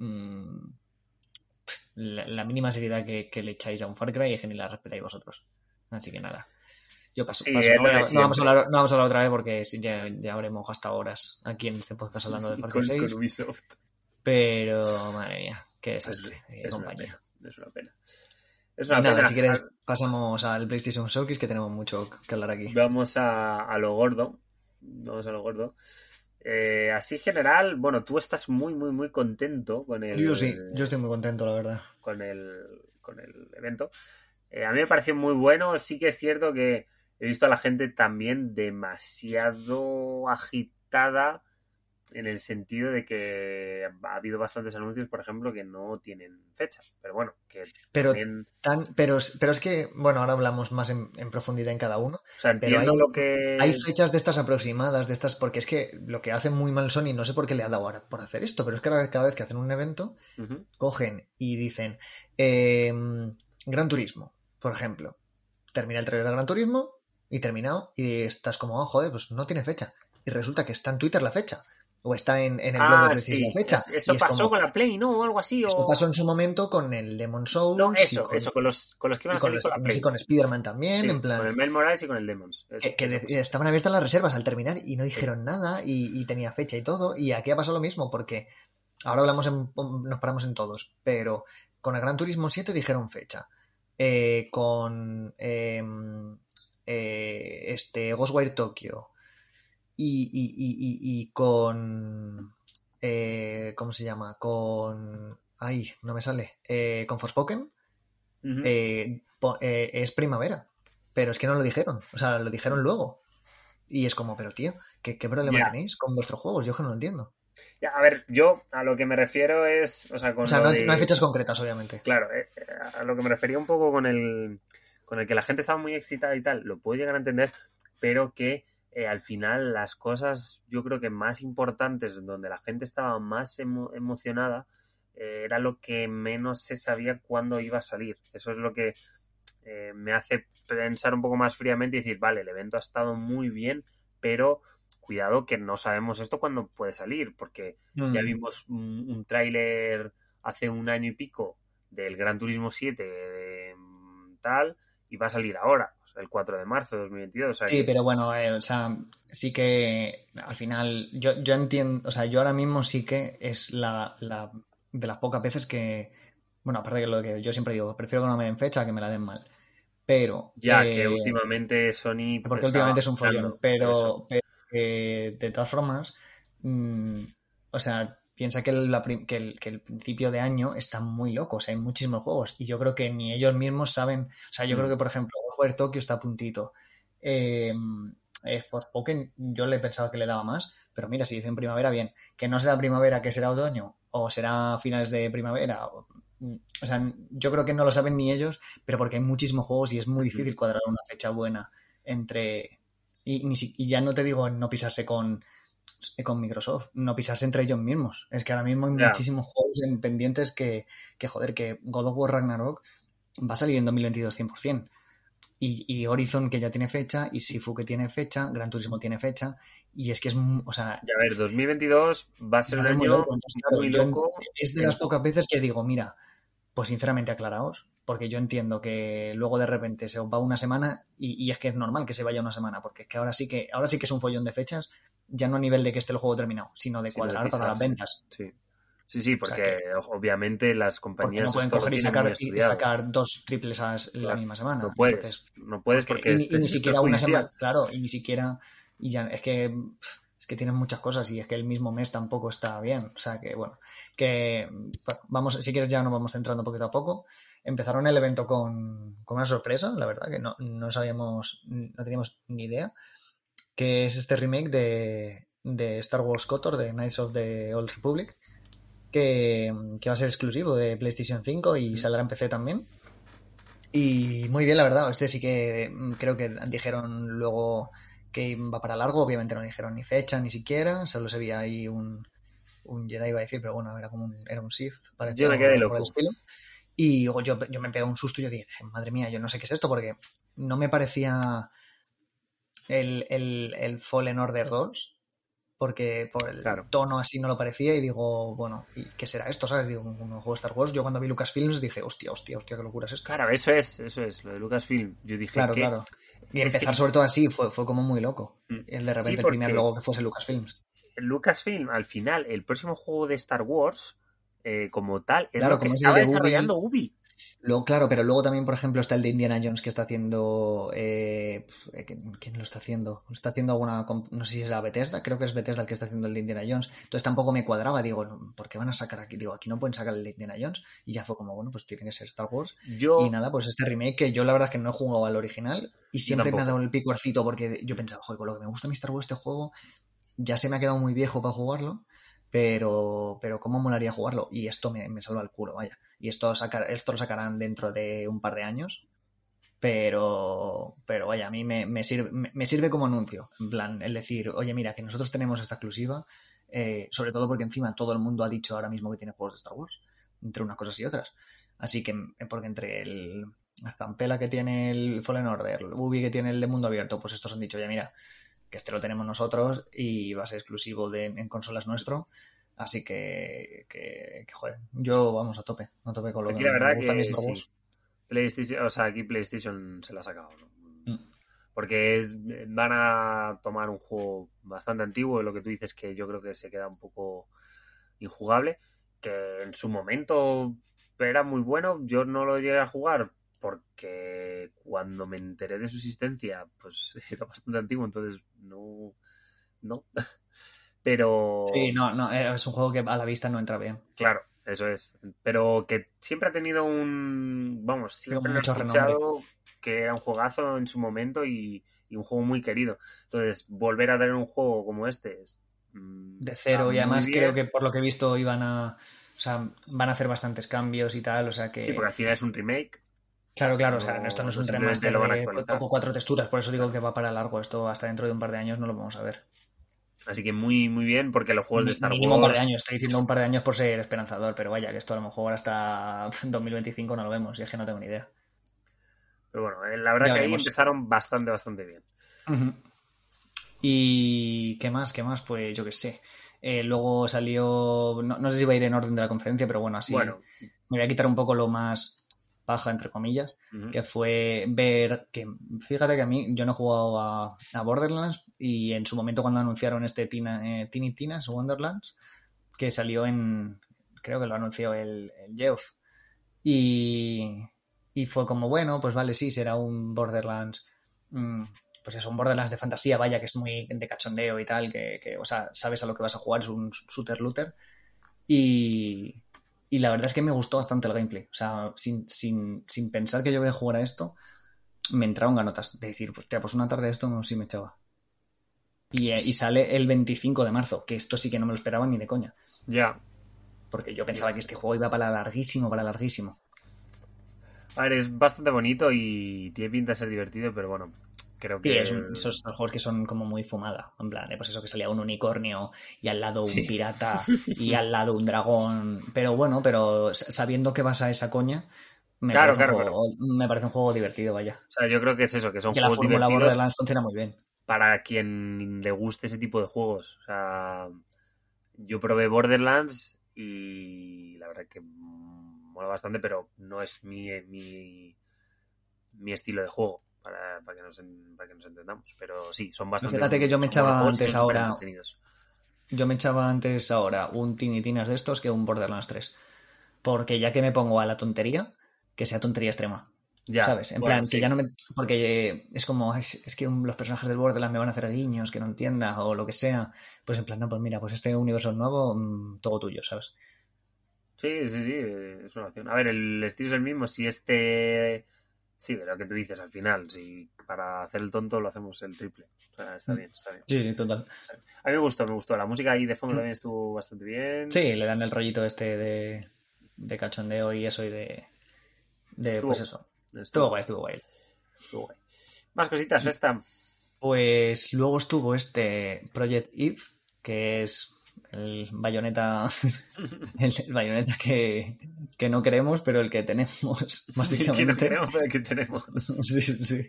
B: la mínima seriedad que le echáis a un Far Cry es que ni la respetáis vosotros. Así que nada. Yo paso.
A: Sí, es
B: No,
A: lo de
B: no vamos a
A: siempre.
B: hablar, no vamos a hablar otra vez porque ya habremos gastado horas aquí en este podcast hablando de Far Cry
A: Con
B: 6.
A: Ubisoft.
B: Pero, madre mía, qué
A: Es,
B: desastre de
A: es una
B: compañía.
A: pena. Es una pena. Es
B: Y
A: una
B: nada,
A: pena.
B: si quieres, pasamos al PlayStation Showcase que tenemos mucho que hablar aquí.
A: Vamos a lo gordo. Vamos a lo gordo. Así en general, bueno, tú estás muy contento con
B: Yo sí, yo
A: el,
B: estoy muy contento, la verdad.
A: con el evento. A mí me pareció muy bueno. Sí que es cierto que he visto a la gente también demasiado agitada en el sentido de que ha habido bastantes anuncios, por ejemplo, que no tienen fecha. Pero bueno, que
B: Pero,
A: también...
B: pero es que, bueno, ahora hablamos más en profundidad en cada uno,
A: O sea,
B: pero
A: entiendo
B: hay,
A: lo
B: hay
A: que...
B: fechas de estas aproximadas, de estas, porque es que lo que hace muy mal Sony, no sé por qué le ha dado ahora por hacer esto, pero es que cada vez que hacen un evento,
A: Ujú.
B: cogen y dicen eh, Gran Turismo, por ejemplo. Termina el trailer de Gran Turismo y terminado y estás como, oh, joder, pues no tiene fecha. Y resulta que está en Twitter la fecha. O está en el blog de
A: Ah,
B: PlayStation la
A: sí.
B: fecha. Y
A: Eso
B: es
A: pasó
B: como,
A: con la Play, ¿no? O algo así,
B: esto
A: o...
B: pasó en su momento con el Demon
A: No,
B: Souls
A: eso, con los que iban
B: y
A: a salir con la
B: no sé,
A: Play.
B: con Spider-Man también, en
A: Sí, con
B: plan,
A: el Miles Morales y con el Demons. Eso pasó.
B: estaban abiertas las reservas al terminar y no
A: Sí.
B: dijeron nada y tenía fecha y todo. Y aquí ha pasado lo mismo porque ahora nos paramos en todos, pero con el Gran Turismo 7 dijeron fecha. Con este Ghostwire Tokyo y con ¿cómo se llama? Con ay, no me sale. Con Forspoken
A: Ujú.
B: es primavera, pero es que no lo dijeron, o sea, lo dijeron luego. Y es como, pero tío, ¿qué problema
A: Ya.
B: tenéis con vuestros juegos? Yo que no lo entiendo.
A: Ya, a ver, yo a lo que me refiero es, o sea,
B: O
A: con
B: sea,
A: lo
B: no hay
A: de...
B: fechas concretas, obviamente.
A: Claro, a lo que me refería un poco con el que la gente estaba muy excitada y tal, lo puedo llegar a entender, pero que al final las cosas, yo creo que más importantes, donde la gente estaba más emocionada, era lo que menos se sabía cuándo iba a salir. Eso es lo que me hace pensar un poco más fríamente y decir, vale, el evento ha estado muy bien, pero cuidado que no sabemos esto cuándo puede salir, porque ya
B: Mm.
A: vimos un tráiler hace un año y pico del Gran Turismo 7 tal, y va a salir ahora, o sea, el 4 de marzo de 2022, o sea
B: Sí,
A: que
B: pero bueno, o sea, sí que al final, yo entiendo, o sea, yo ahora mismo sí que es de las pocas veces que, bueno, aparte de lo que yo siempre digo, prefiero que no me den fecha a que me la den mal, pero,
A: ya que últimamente Sony
B: porque
A: estaba
B: últimamente es un follón,
A: avisando eso.
B: pero de todas formas, o sea, piensa que el principio de año está muy loco, o sea, hay muchísimos juegos y yo creo que ni ellos mismos saben, o sea, yo creo que, por ejemplo, War Tokyo está a puntito. Forspoken yo le pensaba que le daba más, pero mira, si dicen primavera, bien. Que no será primavera, que será otoño, o será finales de primavera. O sea, yo creo que no lo saben ni ellos, pero porque hay muchísimos juegos y es muy difícil cuadrar una fecha buena entre... Y ya no te digo en no pisarse con Microsoft, no pisarse entre ellos mismos. Es que ahora mismo hay muchísimos juegos en pendientes que joder, que God of War Ragnarok va a salir en 2022 100%. Y Horizon, que ya tiene fecha, y Sifu, que tiene fecha, Gran Turismo tiene fecha, y es que es, o sea...
A: Y a ver, 2022 va a ser un año
B: muy loco. Entonces, claro,
A: muy loco.
B: Es de las pocas veces que digo, mira, pues sinceramente aclaraos, porque yo entiendo que luego de repente se os va una semana y es que es normal que se vaya una semana, porque es que ahora sí que es un follón de fechas, ya no a nivel de que esté el juego terminado, sino de cuadrar para las ventas.
A: Sí, porque o sea obviamente las compañías
B: no pueden coger y sacar 2 triples A la misma semana.
A: No puedes,
B: entonces, porque ni siquiera una semana, claro, y ni siquiera, y ya es que tienen muchas cosas y es que el mismo mes tampoco está bien. O sea que bueno, vamos, si quieres ya nos vamos centrando poquito a poco. Empezaron el evento con una sorpresa, la verdad, que no sabíamos, no teníamos ni idea, que es este remake de Star Wars KOTOR, de Knights of the Old Republic, que va a ser exclusivo de PlayStation 5 y saldrá en PC también. Y muy bien, la verdad. Este sí que creo que dijeron luego que va para largo. Obviamente no dijeron ni fecha ni siquiera. Solo se veía ahí un Jedi, iba a decir, pero bueno, era como era un Sith.
A: Yo me quedé loco.
B: Por el estilo. Y yo me pegué un susto y yo dije, madre mía, yo no sé qué es esto, porque no me parecía el Fallen Order 2, porque por el tono así no lo parecía, y digo, bueno, ¿y qué será esto? ¿Sabes? Digo, un juego de Star Wars. Yo cuando vi Lucasfilms dije, hostia, qué locura es esto.
A: Claro, eso es, lo de Lucasfilm. Yo dije
B: claro. Y empezar sobre todo así fue como muy loco. De repente el primer logo que fuese Lucasfilms.
A: Lucasfilm, al final, el próximo juego de Star Wars, como tal, es lo que estaba desarrollando Ubi.
B: Luego, claro, pero luego también, por ejemplo, está el de Indiana Jones que está haciendo... ¿Quién lo está haciendo? Está haciendo alguna... No sé si es la Bethesda, creo que es Bethesda el que está haciendo el de Indiana Jones. Entonces tampoco me cuadraba, digo, ¿por qué van a sacar aquí? Digo, aquí no pueden sacar el de Indiana Jones. Y ya fue como, bueno, pues tiene que ser Star Wars. Y nada, pues este remake, que yo la verdad es que no he jugado al original y siempre me ha dado el picorcito, porque yo pensaba, joder, con lo que me gusta a mí Star Wars, este juego ya se me ha quedado muy viejo para jugarlo, pero cómo molaría jugarlo. Y esto me salva el culo, vaya. Y esto lo sacarán dentro de un par de años, pero vaya, a mí me sirve como anuncio, en plan, el decir, oye, mira, que nosotros tenemos esta exclusiva, sobre todo porque encima todo el mundo ha dicho ahora mismo que tiene juegos de Star Wars, entre unas cosas y otras. Así que, porque entre la zampela que tiene el Fallen Order, el Ubi que tiene el de mundo abierto, pues estos han dicho, oye, mira, que este lo tenemos nosotros y va a ser exclusivo en consolas nuestro. Así que joder, yo vamos a tope con lo
A: aquí
B: que
A: me
B: gusta a mí Star Wars.
A: Sí. PlayStation, o sea, aquí PlayStation se la ha sacado, ¿no? Porque van a tomar un juego bastante antiguo, lo que tú dices, que yo creo que se queda un poco injugable, que en su momento era muy bueno. Yo no lo llegué a jugar porque cuando me enteré de su existencia, pues era bastante antiguo, entonces no. Pero...
B: Sí, no, es un juego que a la vista no entra bien.
A: Claro, eso es. Pero que siempre ha tenido siempre lo he escuchado que era un juegazo en su momento y un juego muy querido. Entonces, volver a tener un juego como este es...
B: de cero, y además creo que por lo que he visto van a hacer bastantes cambios y tal, o sea que...
A: Sí, porque al final es un remake.
B: Claro, o sea, esto no es un remaster de 4 texturas, por eso digo que va para largo. Esto hasta dentro de un par de años no lo vamos a ver.
A: Así que muy, muy bien, porque los juegos de Star Wars...
B: un par de años, estoy diciendo un par de años por ser esperanzador, pero vaya, que esto a lo mejor hasta 2025 no lo vemos, y es que no tengo ni idea.
A: Pero bueno, la verdad que ahí empezaron bastante bien.
B: ¿Y qué más? Pues yo qué sé. Luego salió... No sé si va a ir en orden de la conferencia, pero bueno, así me voy a quitar un poco lo más paja, entre comillas, que fue ver que, fíjate que a mí, yo no he jugado a Borderlands, y en su momento cuando anunciaron este Tiny Tina's Wonderlands, que salió creo que lo anunció el Geoff, y fue como, bueno, pues vale, sí, será un Borderlands, pues es un Borderlands de fantasía, vaya, que es muy de cachondeo y tal, que o sea, sabes a lo que vas a jugar, es un shooter-looter. Y la verdad es que me gustó bastante el gameplay. O sea, sin pensar que yo voy a jugar a esto, me entraron ganotas de decir, pues una tarde esto sí me echaba. Y sale el 25 de marzo, que esto sí que no me lo esperaba ni de coña.
A: Ya.
B: Porque yo pensaba que este juego iba para larguísimo.
A: A ver, es bastante bonito y tiene pinta de ser divertido, pero bueno, creo
B: Sí,
A: que...
B: esos juegos que son como muy fumada. En plan, pues eso que salía un unicornio y al lado un
A: Sí.
B: pirata y al lado un dragón. Pero bueno, pero sabiendo que vas a esa coña, me parece un juego divertido, vaya.
A: O sea, yo creo que es eso, que son
B: Y que la
A: juegos
B: fórmula
A: divertidos
B: Borderlands funciona muy bien.
A: para quien le guste ese tipo de juegos. O sea, yo probé Borderlands y la verdad que mola bastante, pero no es mi estilo de juego, para que nos entendamos. Pero sí, son bastante
B: Fíjate que yo me
A: son buenos
B: echaba
A: juegos y
B: antes
A: son súper
B: ahora.
A: entretenidos.
B: Yo me echaba antes ahora un Tiny Tinas de estos que un Borderlands 3. Porque ya que me pongo a la tontería, que sea tontería extrema.
A: Ya,
B: ¿Sabes? En
A: bueno,
B: plan, que
A: sí.
B: ya no me. Porque es como, es que los personajes del Borderlands me van a hacer guiños, que no entienda, o lo que sea. Pues en plan, no, pues mira, pues este universo nuevo, todo tuyo, ¿sabes?
A: Sí, sí, sí, es una opción. A ver, el estilo es el mismo. Si sí, de lo que tú dices al final, si para hacer el tonto lo hacemos el triple. O sea, está bien, está bien.
B: Sí, sí, total.
A: A mí me gustó, me gustó. La música ahí de fondo también estuvo bastante bien.
B: Sí, le dan el rollito este de cachondeo y eso y
A: Estuvo
B: pues
A: guay.
B: eso.
A: Estuvo guay.
B: Estuvo guay.
A: Estuvo guay. Más cositas, Festa.
B: Pues luego estuvo este Project Eve, que es el bayoneta, el bayoneta que no queremos, pero el que tenemos,
A: Que no
B: básicamente.
A: queremos, pero que tenemos.
B: Sí, sí.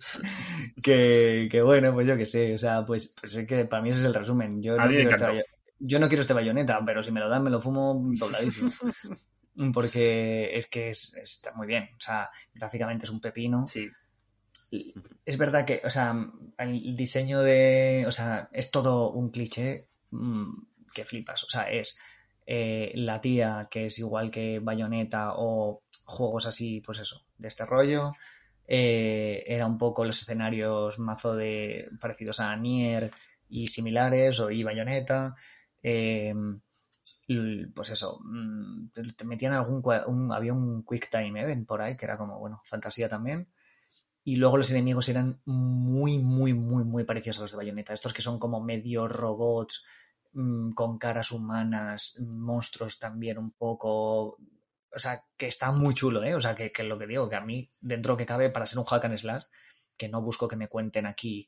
B: Que bueno, pues yo qué sé, o sea, pues es que para mí ese es el resumen.
A: A mí me encantó.
B: Yo no quiero este bayoneta, pero si me lo dan, me lo fumo dobladísimo. Porque es que está muy bien. O sea, gráficamente es un pepino.
A: Sí.
B: Es verdad que, o sea, el diseño o sea, es todo un cliché que flipas. O sea, es la tía que es igual que Bayonetta o juegos así, pues eso, de este rollo. Era un poco los escenarios mazo de parecidos a Nier y similares, o y Bayonetta. Pues eso, te metían había un Quick Time Event por ahí, que era como, bueno, fantasía también. Y luego los enemigos eran muy, muy, muy, muy parecidos a los de Bayonetta. Estos que son como medio robots, con caras humanas, monstruos también un poco. O sea, que está muy chulo, ¿eh? O sea, que lo que digo, que a mí, dentro que cabe, para ser un hack and slash, que no busco que me cuenten aquí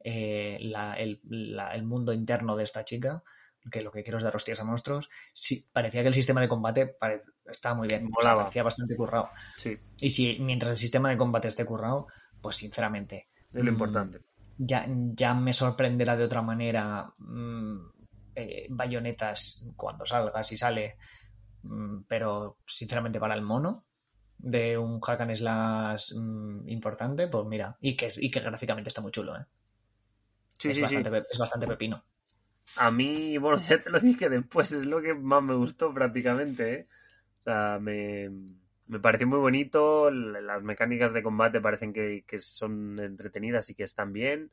B: el mundo interno de esta chica, que lo que quiero es dar hostias a monstruos. Sí, parecía que el sistema de combate estaba muy bien. O sea,
A: Molaba.
B: parecía bastante currado.
A: Sí.
B: Y si mientras el sistema de combate esté currado, pues sinceramente,
A: Es lo importante.
B: ya me sorprenderá de otra manera Bayonetas cuando salga, si sale, pero sinceramente para el mono de un hack and slash importante, pues mira, y que gráficamente está muy chulo, ¿eh?
A: Sí, sí, sí.
B: Es bastante pepino.
A: A mí, bueno, ya te lo dije después, es lo que más me gustó prácticamente, ¿eh? O sea, me pareció muy bonito, las mecánicas de combate parecen que son entretenidas y que están bien.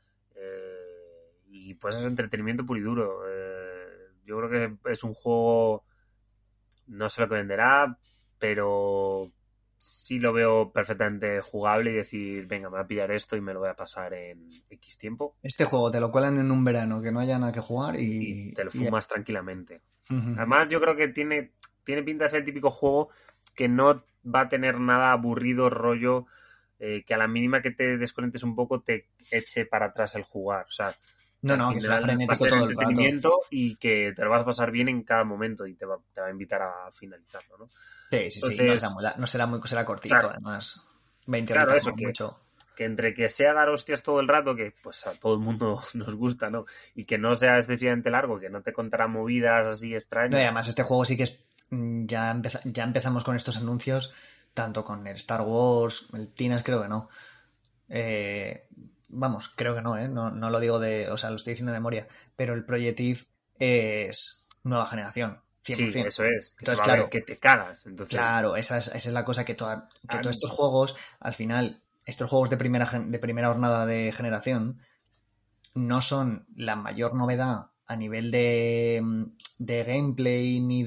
A: Y pues es entretenimiento puro y duro. Yo creo que es un juego, no sé lo que venderá, pero sí lo veo perfectamente jugable y decir, venga, me voy a pillar esto y me lo voy a pasar en X tiempo.
B: Este juego te lo cuelan en un verano que no haya nada que jugar
A: Y te lo fumas tranquilamente.
B: Uh-huh.
A: Además, yo creo que tiene pinta de ser el típico juego que no va a tener nada aburrido, rollo, que a la mínima que te desconectes un poco te eche para atrás el jugar. O sea, que
B: No,
A: al
B: que sea
A: final va a
B: frenético
A: ser
B: todo el rato.
A: entretenimiento y que te lo vas a pasar bien en cada momento y te va a invitar a finalizarlo, ¿no?
B: Sí.
A: Entonces,
B: Será cortito,
A: claro,
B: además. 20
A: claro,
B: horitas
A: eso,
B: como mucho.
A: que entre que sea dar hostias todo el rato, que pues a todo el mundo nos gusta, ¿no? Y que no sea excesivamente largo, que no te contará movidas así
B: No, y
A: extrañas.
B: además este juego sí que es. Ya empezamos con estos anuncios, tanto con el Star Wars, el Tinas creo que no. Vamos, creo que no, ¿eh? No lo digo o sea, lo estoy diciendo de memoria, pero el Project Eve es nueva generación,
A: Sí,
B: 100%.
A: eso es, que se
B: Entonces,
A: va a ver
B: claro,
A: que te cagas. Entonces,
B: esa es la cosa que
A: ah,
B: todos estos juegos, al final, estos juegos de primera jornada de generación, no son la mayor novedad a nivel de gameplay ni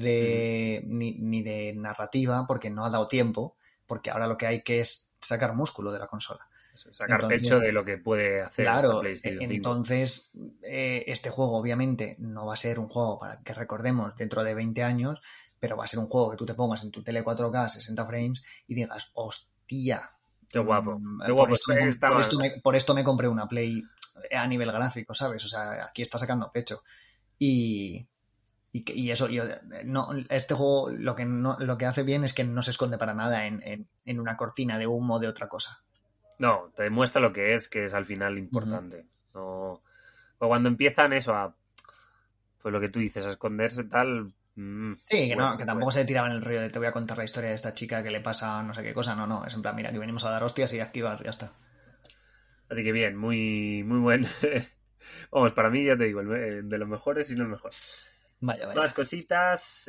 B: de narrativa, porque no ha dado tiempo, porque ahora lo que hay que es sacar músculo de la consola.
A: Sacar pecho de lo que puede hacer esta PlayStation 5.
B: Entonces, este juego obviamente no va a ser un juego para que recordemos dentro de 20 años, pero va a ser un juego que tú te pongas en tu tele 4K 60 frames y digas, hostia.
A: Qué guapo. Qué guapo.
B: Por esto me compré una Play a nivel gráfico, ¿sabes? O sea, aquí está sacando pecho. Y eso, este juego lo que hace bien es que no se esconde para nada en una cortina de humo de otra cosa.
A: No, te demuestra lo que es al final importante. No, pues cuando empiezan eso pues lo que tú dices, a esconderse tal.
B: Sí, que tampoco se tiraban el rollo de te voy a contar la historia de esta chica que le pasa no sé qué cosa. No, es en plan, mira, que venimos a dar hostias y esquivar, ya está.
A: Así que bien, muy, muy buen. Vamos, para mí ya te digo, de los mejores y no el mejor.
B: Vaya.
A: Más cositas.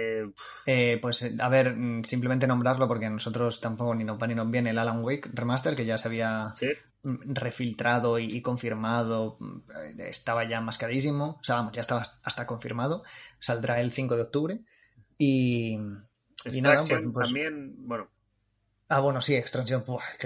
B: Pues a ver, simplemente nombrarlo porque a nosotros tampoco ni nos va ni nos viene el Alan Wake Remaster, que ya se había refiltrado y confirmado, estaba ya mascadísimo, o sea, vamos, ya estaba hasta confirmado, saldrá el 5 de octubre y nada, pues
A: también, bueno.
B: Bueno, sí, Extraction.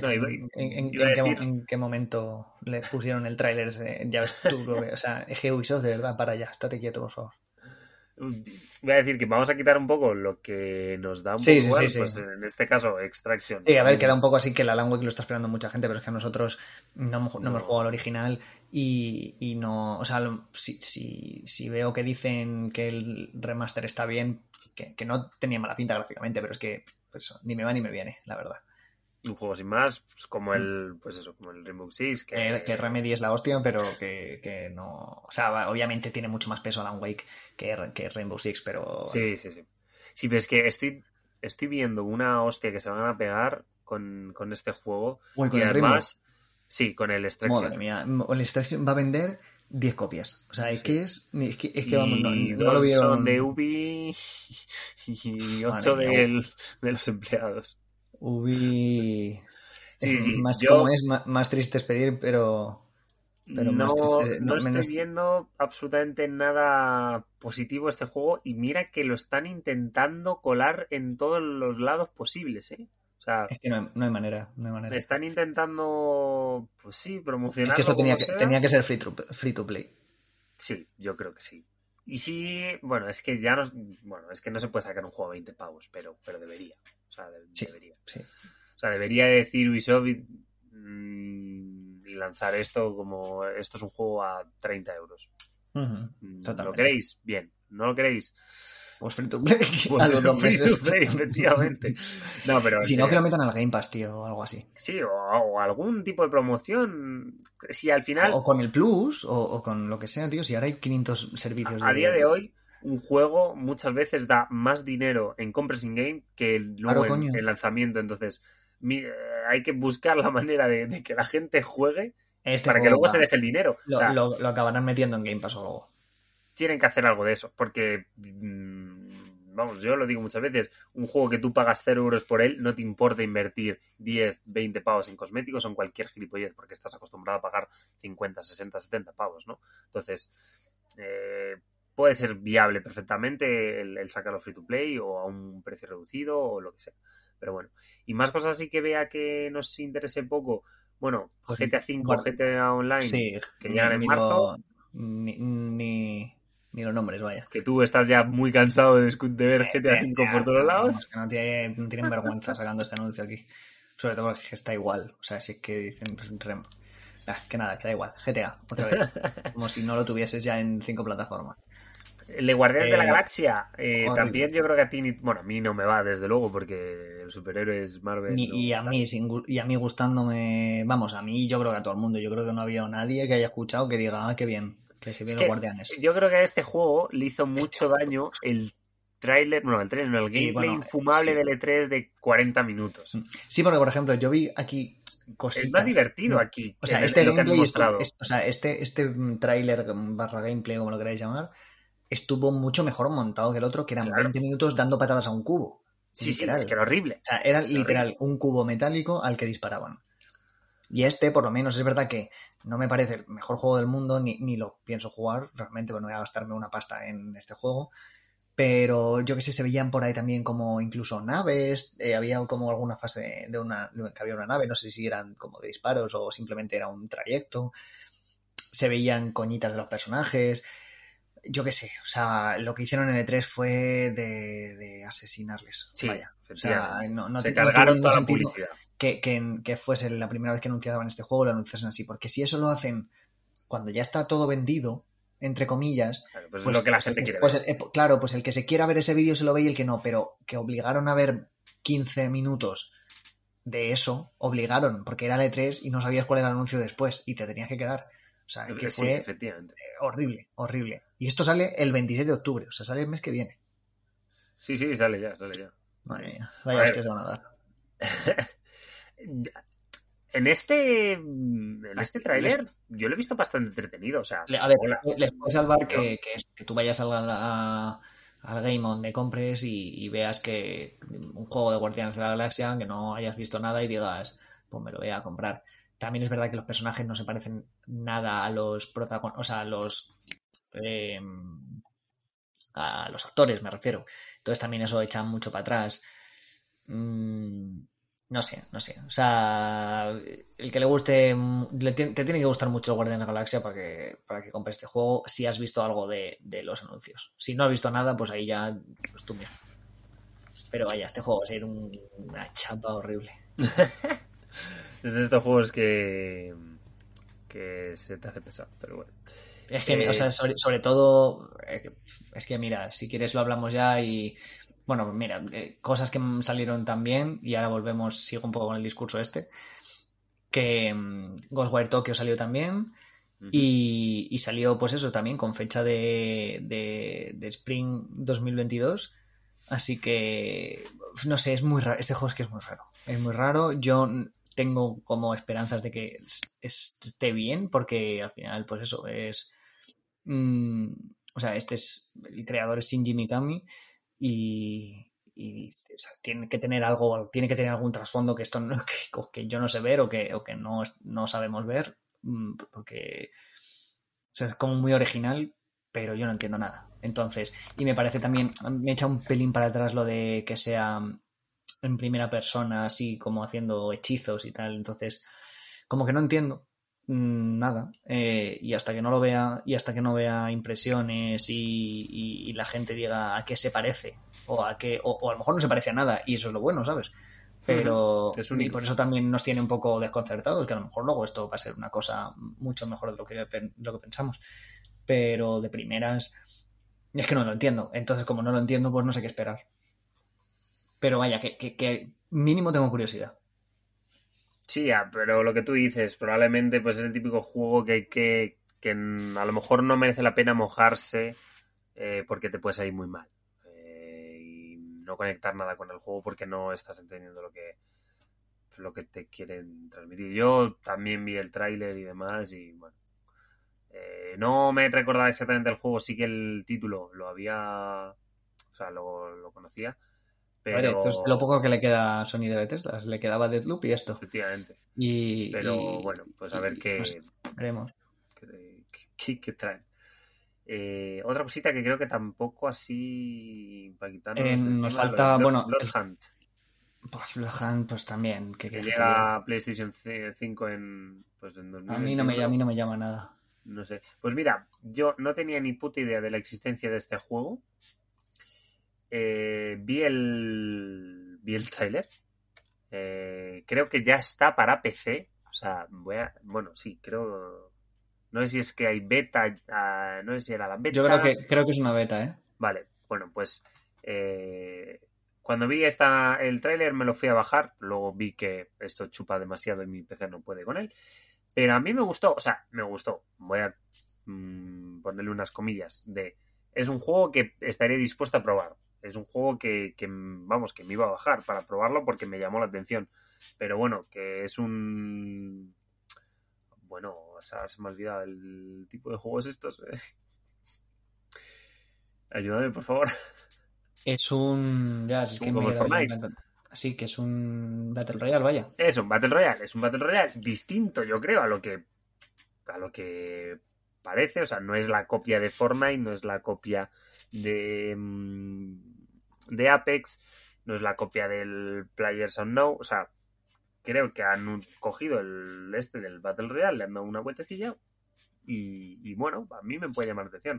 B: ¿En qué momento le pusieron el tráiler? Ya ves tú, o sea, Ubisoft, de verdad, para allá, estate quieto, por favor.
A: Voy a decir que vamos a quitar un poco lo que nos da un poco igual, pues en este caso Extraction.
B: Sí, a ver, queda un poco así que el Alan Wake lo está esperando mucha gente, pero es que nosotros no hemos jugado al original y no, o sea, si veo que dicen que el remaster está bien, que no tenía mala pinta gráficamente, pero es que pues, ni me va ni me viene, la verdad.
A: Un juego sin más, pues como el Rainbow Six.
B: Que Remedy es la hostia, pero que no... O sea, obviamente tiene mucho más peso Alan Wake que Rainbow Six, pero...
A: Sí. Sí, pero es que estoy viendo una hostia que se van a pegar con este juego.
B: Uy, con
A: y
B: el
A: además,
B: Rainbow.
A: Sí, con el Extraction.
B: Madre mía, el Extraction va a vender 10 copias. O sea, es que
A: vamos, no lo vieron. Son de Ubi y 8 de los empleados.
B: Ubi...
A: Sí.
B: Más triste es pedir, pero
A: no estoy viendo absolutamente nada positivo este juego y mira que lo están intentando colar en todos los lados posibles, ¿eh? O sea,
B: es que no hay manera.
A: Están intentando, pues sí, promocionarlo.
B: Es que esto tenía que ser free to play.
A: Sí, yo creo que sí. Y sí, bueno, es que ya es que no se puede sacar un juego a 20 pavos, pero debería. O sea, debería.
B: Sí.
A: O sea, debería decir Ubisoft y lanzar esto como esto es un juego a 30 euros.
B: Totalmente.
A: ¿Lo queréis? Bien. ¿No lo queréis?
B: Pues free to play.
A: Pues free to play, efectivamente. No, pero
B: si no, que lo metan al Game Pass, tío, o algo así.
A: Sí, o algún tipo de promoción. Si al final...
B: O con el Plus, o con lo que sea, tío. Si ahora hay 500 servicios
A: a día de hoy, un juego muchas veces da más dinero en compras in-game que luego en lanzamiento. Entonces, hay que buscar la manera de que la gente juegue para que luego se deje el dinero.
B: Lo acabarán metiendo en Game Pass o luego.
A: Tienen que hacer algo de eso, porque... vamos, yo lo digo muchas veces, un juego que tú pagas 0 euros por él, no te importa invertir 10, 20 pavos en cosméticos o en cualquier gilipollez, porque estás acostumbrado a pagar 50, 60, 70 pavos, ¿no? Entonces, puede ser viable perfectamente el sacarlo free to play o a un precio reducido o lo que sea. Pero bueno, y más cosas así que vea que nos interese poco. Bueno, GTA V, GTA Online, que llegan en marzo.
B: Ni los nombres, vaya.
A: Que tú estás ya muy cansado de ver GTA V por todos lados.
B: Que no tienen vergüenza sacando este anuncio aquí. Sobre todo porque está igual. O sea, si es que dicen... que nada, que da igual. GTA, otra vez. Como si no lo tuvieses ya en 5 plataformas.
A: El de Guardianes de la Galaxia, también yo creo que a ti... Bueno, a mí no me va, desde luego, porque el superhéroe es Marvel.
B: Y a mí gustándome... Vamos, a mí yo creo que a todo el mundo. Yo creo que no había nadie que haya escuchado que diga, qué bien. Que se ven los Guardianes.
A: Yo creo que a este juego le hizo mucho daño el gameplay infumable del E3 de 40 minutos.
B: Sí, porque por ejemplo, yo vi aquí cositas.
A: Es más divertido aquí.
B: O sea, este gameplay, este tráiler barra gameplay, como lo queráis llamar, estuvo mucho mejor montado que el otro, que eran 20 minutos dando patadas a un cubo.
A: Sí, es que era horrible.
B: O sea, era literal un cubo metálico al que disparaban. Y este, por lo menos, es verdad que no me parece el mejor juego del mundo, ni lo pienso jugar, realmente, pues no voy a gastarme una pasta en este juego. Pero yo que sé, se veían por ahí también como incluso naves, había como alguna fase que había una nave, no sé si eran como de disparos o simplemente era un trayecto. Se veían coñitas de los personajes. Yo qué sé, o sea, lo que hicieron en E3 fue de asesinarles.
A: Sí,
B: Vaya. O sea,
A: efectivamente.
B: no
A: Se
B: tuvo
A: cargaron
B: ningún
A: toda la
B: sentido
A: publicidad.
B: que fuese la primera vez que anunciaban este juego, lo anunciasen así. Porque si eso lo hacen cuando ya está todo vendido, entre comillas,
A: Claro, pues es lo
B: pues,
A: que la gente quiere ver.
B: claro, pues el que se quiera ver ese vídeo se lo ve y el que no, pero que obligaron a ver 15 minutos de eso, obligaron, porque era el E3 y no sabías cuál era el anuncio después y te tenías que quedar. O sea, que
A: Sí,
B: fue
A: efectivamente.
B: horrible, horrible. Y esto sale el 26 de octubre, o sea, sale el mes que viene.
A: Sí, sale ya.
B: Madre mía,
A: A
B: vaya
A: ver.
B: hostias se van a dar.
A: En este tráiler yo lo he visto bastante entretenido, o sea,
B: A ver,
A: mola.
B: les puede salvar
A: Yo,
B: que tú vayas al Game On de compres y veas que un juego de Guardianes de la Galaxia, que no hayas visto nada y digas, pues me lo voy a comprar. También es verdad que los personajes no se parecen nada a los protagonistas, o sea, eh, a los actores, me refiero. Entonces también eso echa mucho para atrás. Mm, no sé. O sea, el que le guste, te tiene que gustar mucho el Guardián de la Galaxia para que compre este juego si has visto algo de los anuncios. Si no has visto nada, pues ahí ya, pues tú mismo. Pero vaya, este juego va a ser una chapa horrible.
A: es de estos juegos que se te hace pesado, pero bueno.
B: Es que, o sea, sobre todo, es que mira, si quieres lo hablamos ya y, bueno, mira, cosas que salieron también y ahora volvemos, sigo un poco con el discurso este, que Ghostwire Tokyo salió también y salió pues eso también con fecha de Spring 2022. Así que, no sé, es muy raro. Este juego es que es muy raro. Es muy raro. Yo tengo como esperanzas de que esté bien porque al final pues eso es... mm, o sea, este es... El creador es Shinji Mikami y o sea, tiene que tener algo, tiene que tener algún trasfondo que esto no, que yo no sé ver o que no sabemos ver, porque o sea, es como muy original, pero yo no entiendo nada. Entonces, y me parece también, me echa un pelín para atrás lo de que sea en primera persona, así como haciendo hechizos y tal. Entonces, como que no entiendo nada. Y hasta que no lo vea, y hasta que no vea impresiones y la gente diga a qué se parece, o a qué, o a lo mejor no se parece a nada, y eso es lo bueno, ¿sabes? Pero,
A: Es
B: y
A: único.
B: por eso también nos tiene un poco desconcertados, que a lo mejor luego esto va a ser una cosa mucho mejor de lo que pensamos. Pero de primeras, es que no lo entiendo. Entonces, como no lo entiendo, pues no sé qué esperar. Pero vaya, que mínimo tengo curiosidad.
A: Sí, pero lo que tú dices, probablemente pues es el típico juego que a lo mejor no merece la pena mojarse porque te puede salir muy mal. Y no conectar nada con el juego porque no estás entendiendo lo que te quieren transmitir. Yo también vi el tráiler y demás y bueno. No me recordaba exactamente el juego, sí que el título lo había... O sea, lo conocía,
B: A ver, esto es lo
A: pero...
B: poco que le queda a Sony de Bethesda. Le quedaba Deathloop y esto.
A: Efectivamente. Pero
B: Y,
A: bueno, pues a ver
B: no sé,
A: qué,
B: veremos.
A: qué traen. Otra cosita que creo que tampoco así para quitarnos de
B: Nos
A: encima, lo de
B: falta, bueno,
A: Blood Hunt,
B: pues Lohan, pues también, ¿qué
A: que
B: quieres que te diga?
A: llega a PlayStation 5 pues en
B: A
A: 2021.
B: mí no me llama nada.
A: No sé. Pues mira, yo no tenía ni puta idea de la existencia de este juego. Vi el tráiler. Creo que ya está para PC. O sea, bueno, sí, creo. No sé si es que hay beta, no sé si era la
B: Yo
A: beta.
B: creo que es una beta, ¿eh?
A: Vale, bueno, pues cuando vi el tráiler me lo fui a bajar, luego vi que esto chupa demasiado y mi PC no puede con él, pero a mí me gustó, o sea, me gustó, voy a ponerle unas comillas, es un juego que estaría dispuesto a probar, es un juego vamos, que me iba a bajar para probarlo porque me llamó la atención, pero bueno, que es bueno, o sea, se me ha olvidado el tipo de juegos estos. Ayúdame, por favor.
B: Es un... Ya, si es que me
A: Como
B: he
A: el
B: quedado yo en
A: Fortnite.
B: blanco.
C: Así que es un Battle Royale, vaya.
A: Es un Battle Royale distinto, yo creo, a lo que parece. O sea, no es la copia de Fortnite, no es la copia de Apex, no es la copia del PlayerUnknown. O sea, creo que han cogido el del Battle Royale, le han dado una vueltecilla y bueno, a mí me puede llamar la atención.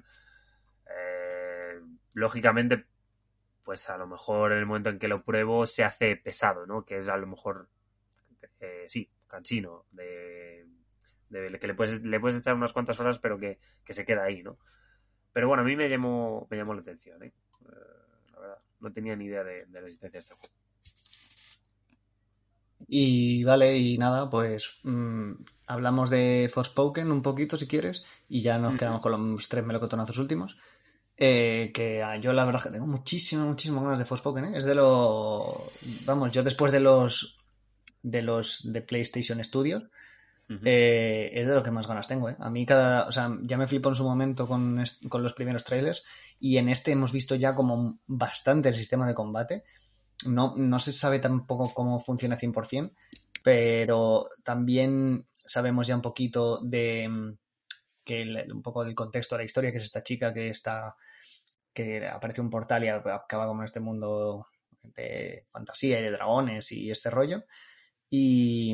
A: Lógicamente, pues a lo mejor en el momento en que lo pruebo se hace pesado, ¿no? Que es a lo mejor, sí, cansino, de que le puedes echar unas cuantas horas, pero que se queda ahí, ¿no? Pero bueno, a mí me llamó la atención, ¿eh? La verdad, no tenía ni idea de la existencia de este juego.
C: Y vale, y nada, pues hablamos de Forspoken un poquito si quieres y ya nos quedamos con los 3 melocotonazos últimos. Que yo la verdad que tengo muchísimas ganas de Forspoken, ¿eh? Es de lo... Vamos, yo después de los de PlayStation Studios es de lo que más ganas tengo, ¿eh? A mí o sea, ya me flipó en su momento con los primeros trailers y en este hemos visto ya como bastante el sistema de combate. No se sabe tampoco cómo funciona 100%, pero también sabemos ya un poquito un poco del contexto de la historia, que es esta chica que aparece un portal y acaba como en este mundo de fantasía y de dragones y este rollo. Y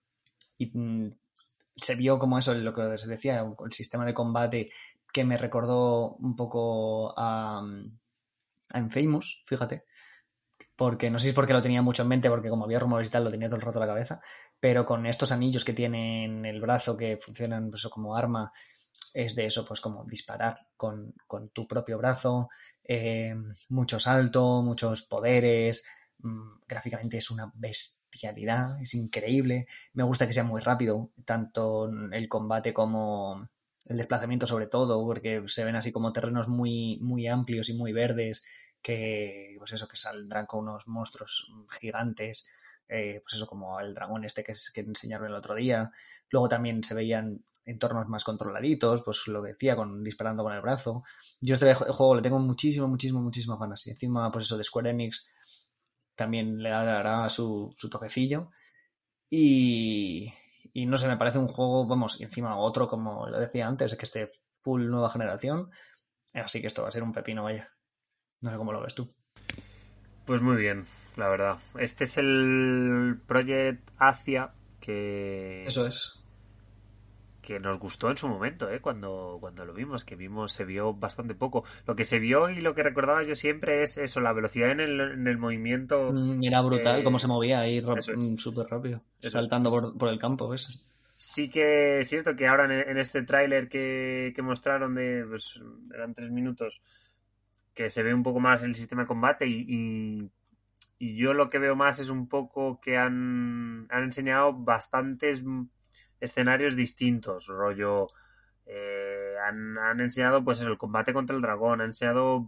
C: se vio como eso, lo que se decía, el sistema de combate que me recordó un poco a Infamous, fíjate, porque no sé si es porque lo tenía mucho en mente, porque como había rumores y tal, lo tenía todo el rato en la cabeza, pero con estos anillos que tienen el brazo que funcionan pues, como arma, es de eso, pues como disparar con tu propio brazo, mucho salto, muchos poderes, gráficamente es una bestialidad, es increíble, me gusta que sea muy rápido, tanto el combate como el desplazamiento sobre todo, porque se ven así como terrenos muy, muy amplios y muy verdes, que pues eso, que saldrán con unos monstruos gigantes, pues eso como el dragón este que enseñaron el otro día. Luego también se veían entornos más controladitos, pues lo que decía, disparando con el brazo. Yo este juego le tengo muchísimas ganas. Y encima, pues eso, de Square Enix también le dará su toquecillo. Y no sé, me parece un juego, vamos, y encima otro, como lo decía antes, que esté full nueva generación. Así que esto va a ser un pepino, vaya. No sé cómo lo ves tú.
A: Pues muy bien, la verdad. Este es el Project Asia
C: Eso es.
A: que nos gustó en su momento, cuando lo vimos, se vio bastante poco. Lo que se vio y lo que recordaba yo siempre es eso, la velocidad en el movimiento.
C: Era brutal cómo se movía ahí
A: Eso
C: súper rápido,
A: es.
C: saltando por el campo, ¿ves?
A: Sí que es cierto que ahora en este tráiler que mostraron pues, eran 3 minutos, que se ve un poco más el sistema de combate y yo lo que veo más es un poco que han enseñado bastantes escenarios distintos, rollo. Han enseñado pues eso, el combate contra el dragón, han enseñado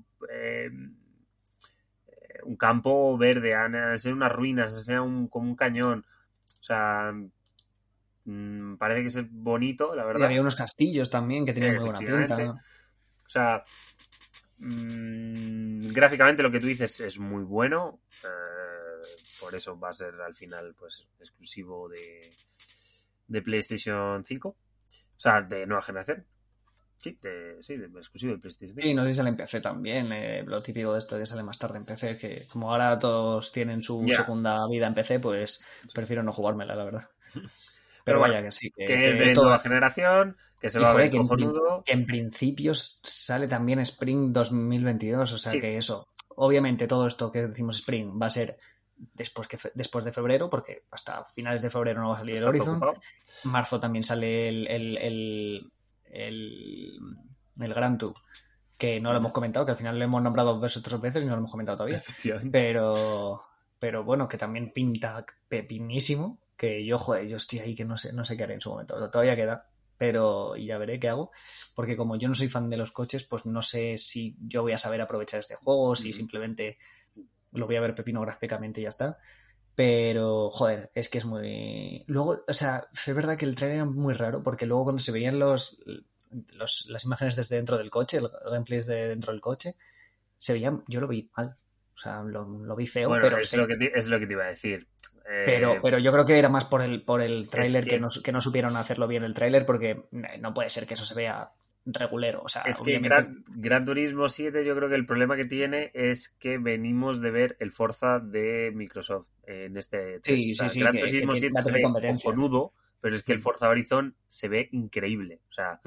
A: un campo verde, han enseñado unas ruinas, han enseñado como un cañón. O sea, parece que es bonito, la verdad.
C: Y había unos castillos también que tenían muy buena pinta.
A: O sea, gráficamente lo que tú dices es muy bueno. Por eso va a ser al final pues exclusivo de PlayStation 5. O sea, de nueva generación. Sí, exclusivo de PlayStation 5.
C: Y no sé si sale en PC también. Lo típico de esto que sale más tarde en PC, que como ahora todos tienen su segunda vida en PC, pues prefiero no jugármela, la verdad. Pero vaya que sí.
A: Que es de nueva generación, que se va a ver cojonudo.
C: Que en principio sale también Spring 2022, o sea que eso. Obviamente todo esto que decimos Spring va a ser después de febrero, porque hasta finales de febrero no va a salir el Horizon. Marzo también sale el Gran Tour, que no lo hemos comentado, que al final lo hemos nombrado 2 o 3 veces y no lo hemos comentado todavía. Pero bueno, que también pinta pepinísimo, que yo estoy ahí que no sé qué haré en su momento. Todavía queda, pero ya veré qué hago, porque como yo no soy fan de los coches, pues no sé si yo voy a saber aprovechar este juego, si simplemente lo voy a ver pepino gráficamente y ya está. Pero, joder, es que es muy... Luego, o sea, es verdad que el trailer era muy raro, porque luego cuando se veían las imágenes desde dentro del coche, el gameplay desde dentro del coche, se veía, yo lo vi mal. O sea, lo vi feo,
A: bueno,
C: pero
A: es lo que te iba a decir.
C: Pero yo creo que era más por el tráiler
A: es
C: que no supieron hacerlo bien el tráiler, porque no puede ser que eso se vea regulero. O sea,
A: es que
C: obviamente...
A: Gran Turismo 7 yo creo que el problema que tiene es que venimos de ver el Forza de Microsoft en este 3.
C: Sí,
A: O sea,
C: sí,
A: Gran
C: que
A: Turismo 7
C: va a
A: se
C: tener
A: ve
C: competencia.
A: cojonudo, pero es que el Forza Horizon se ve increíble. O sea,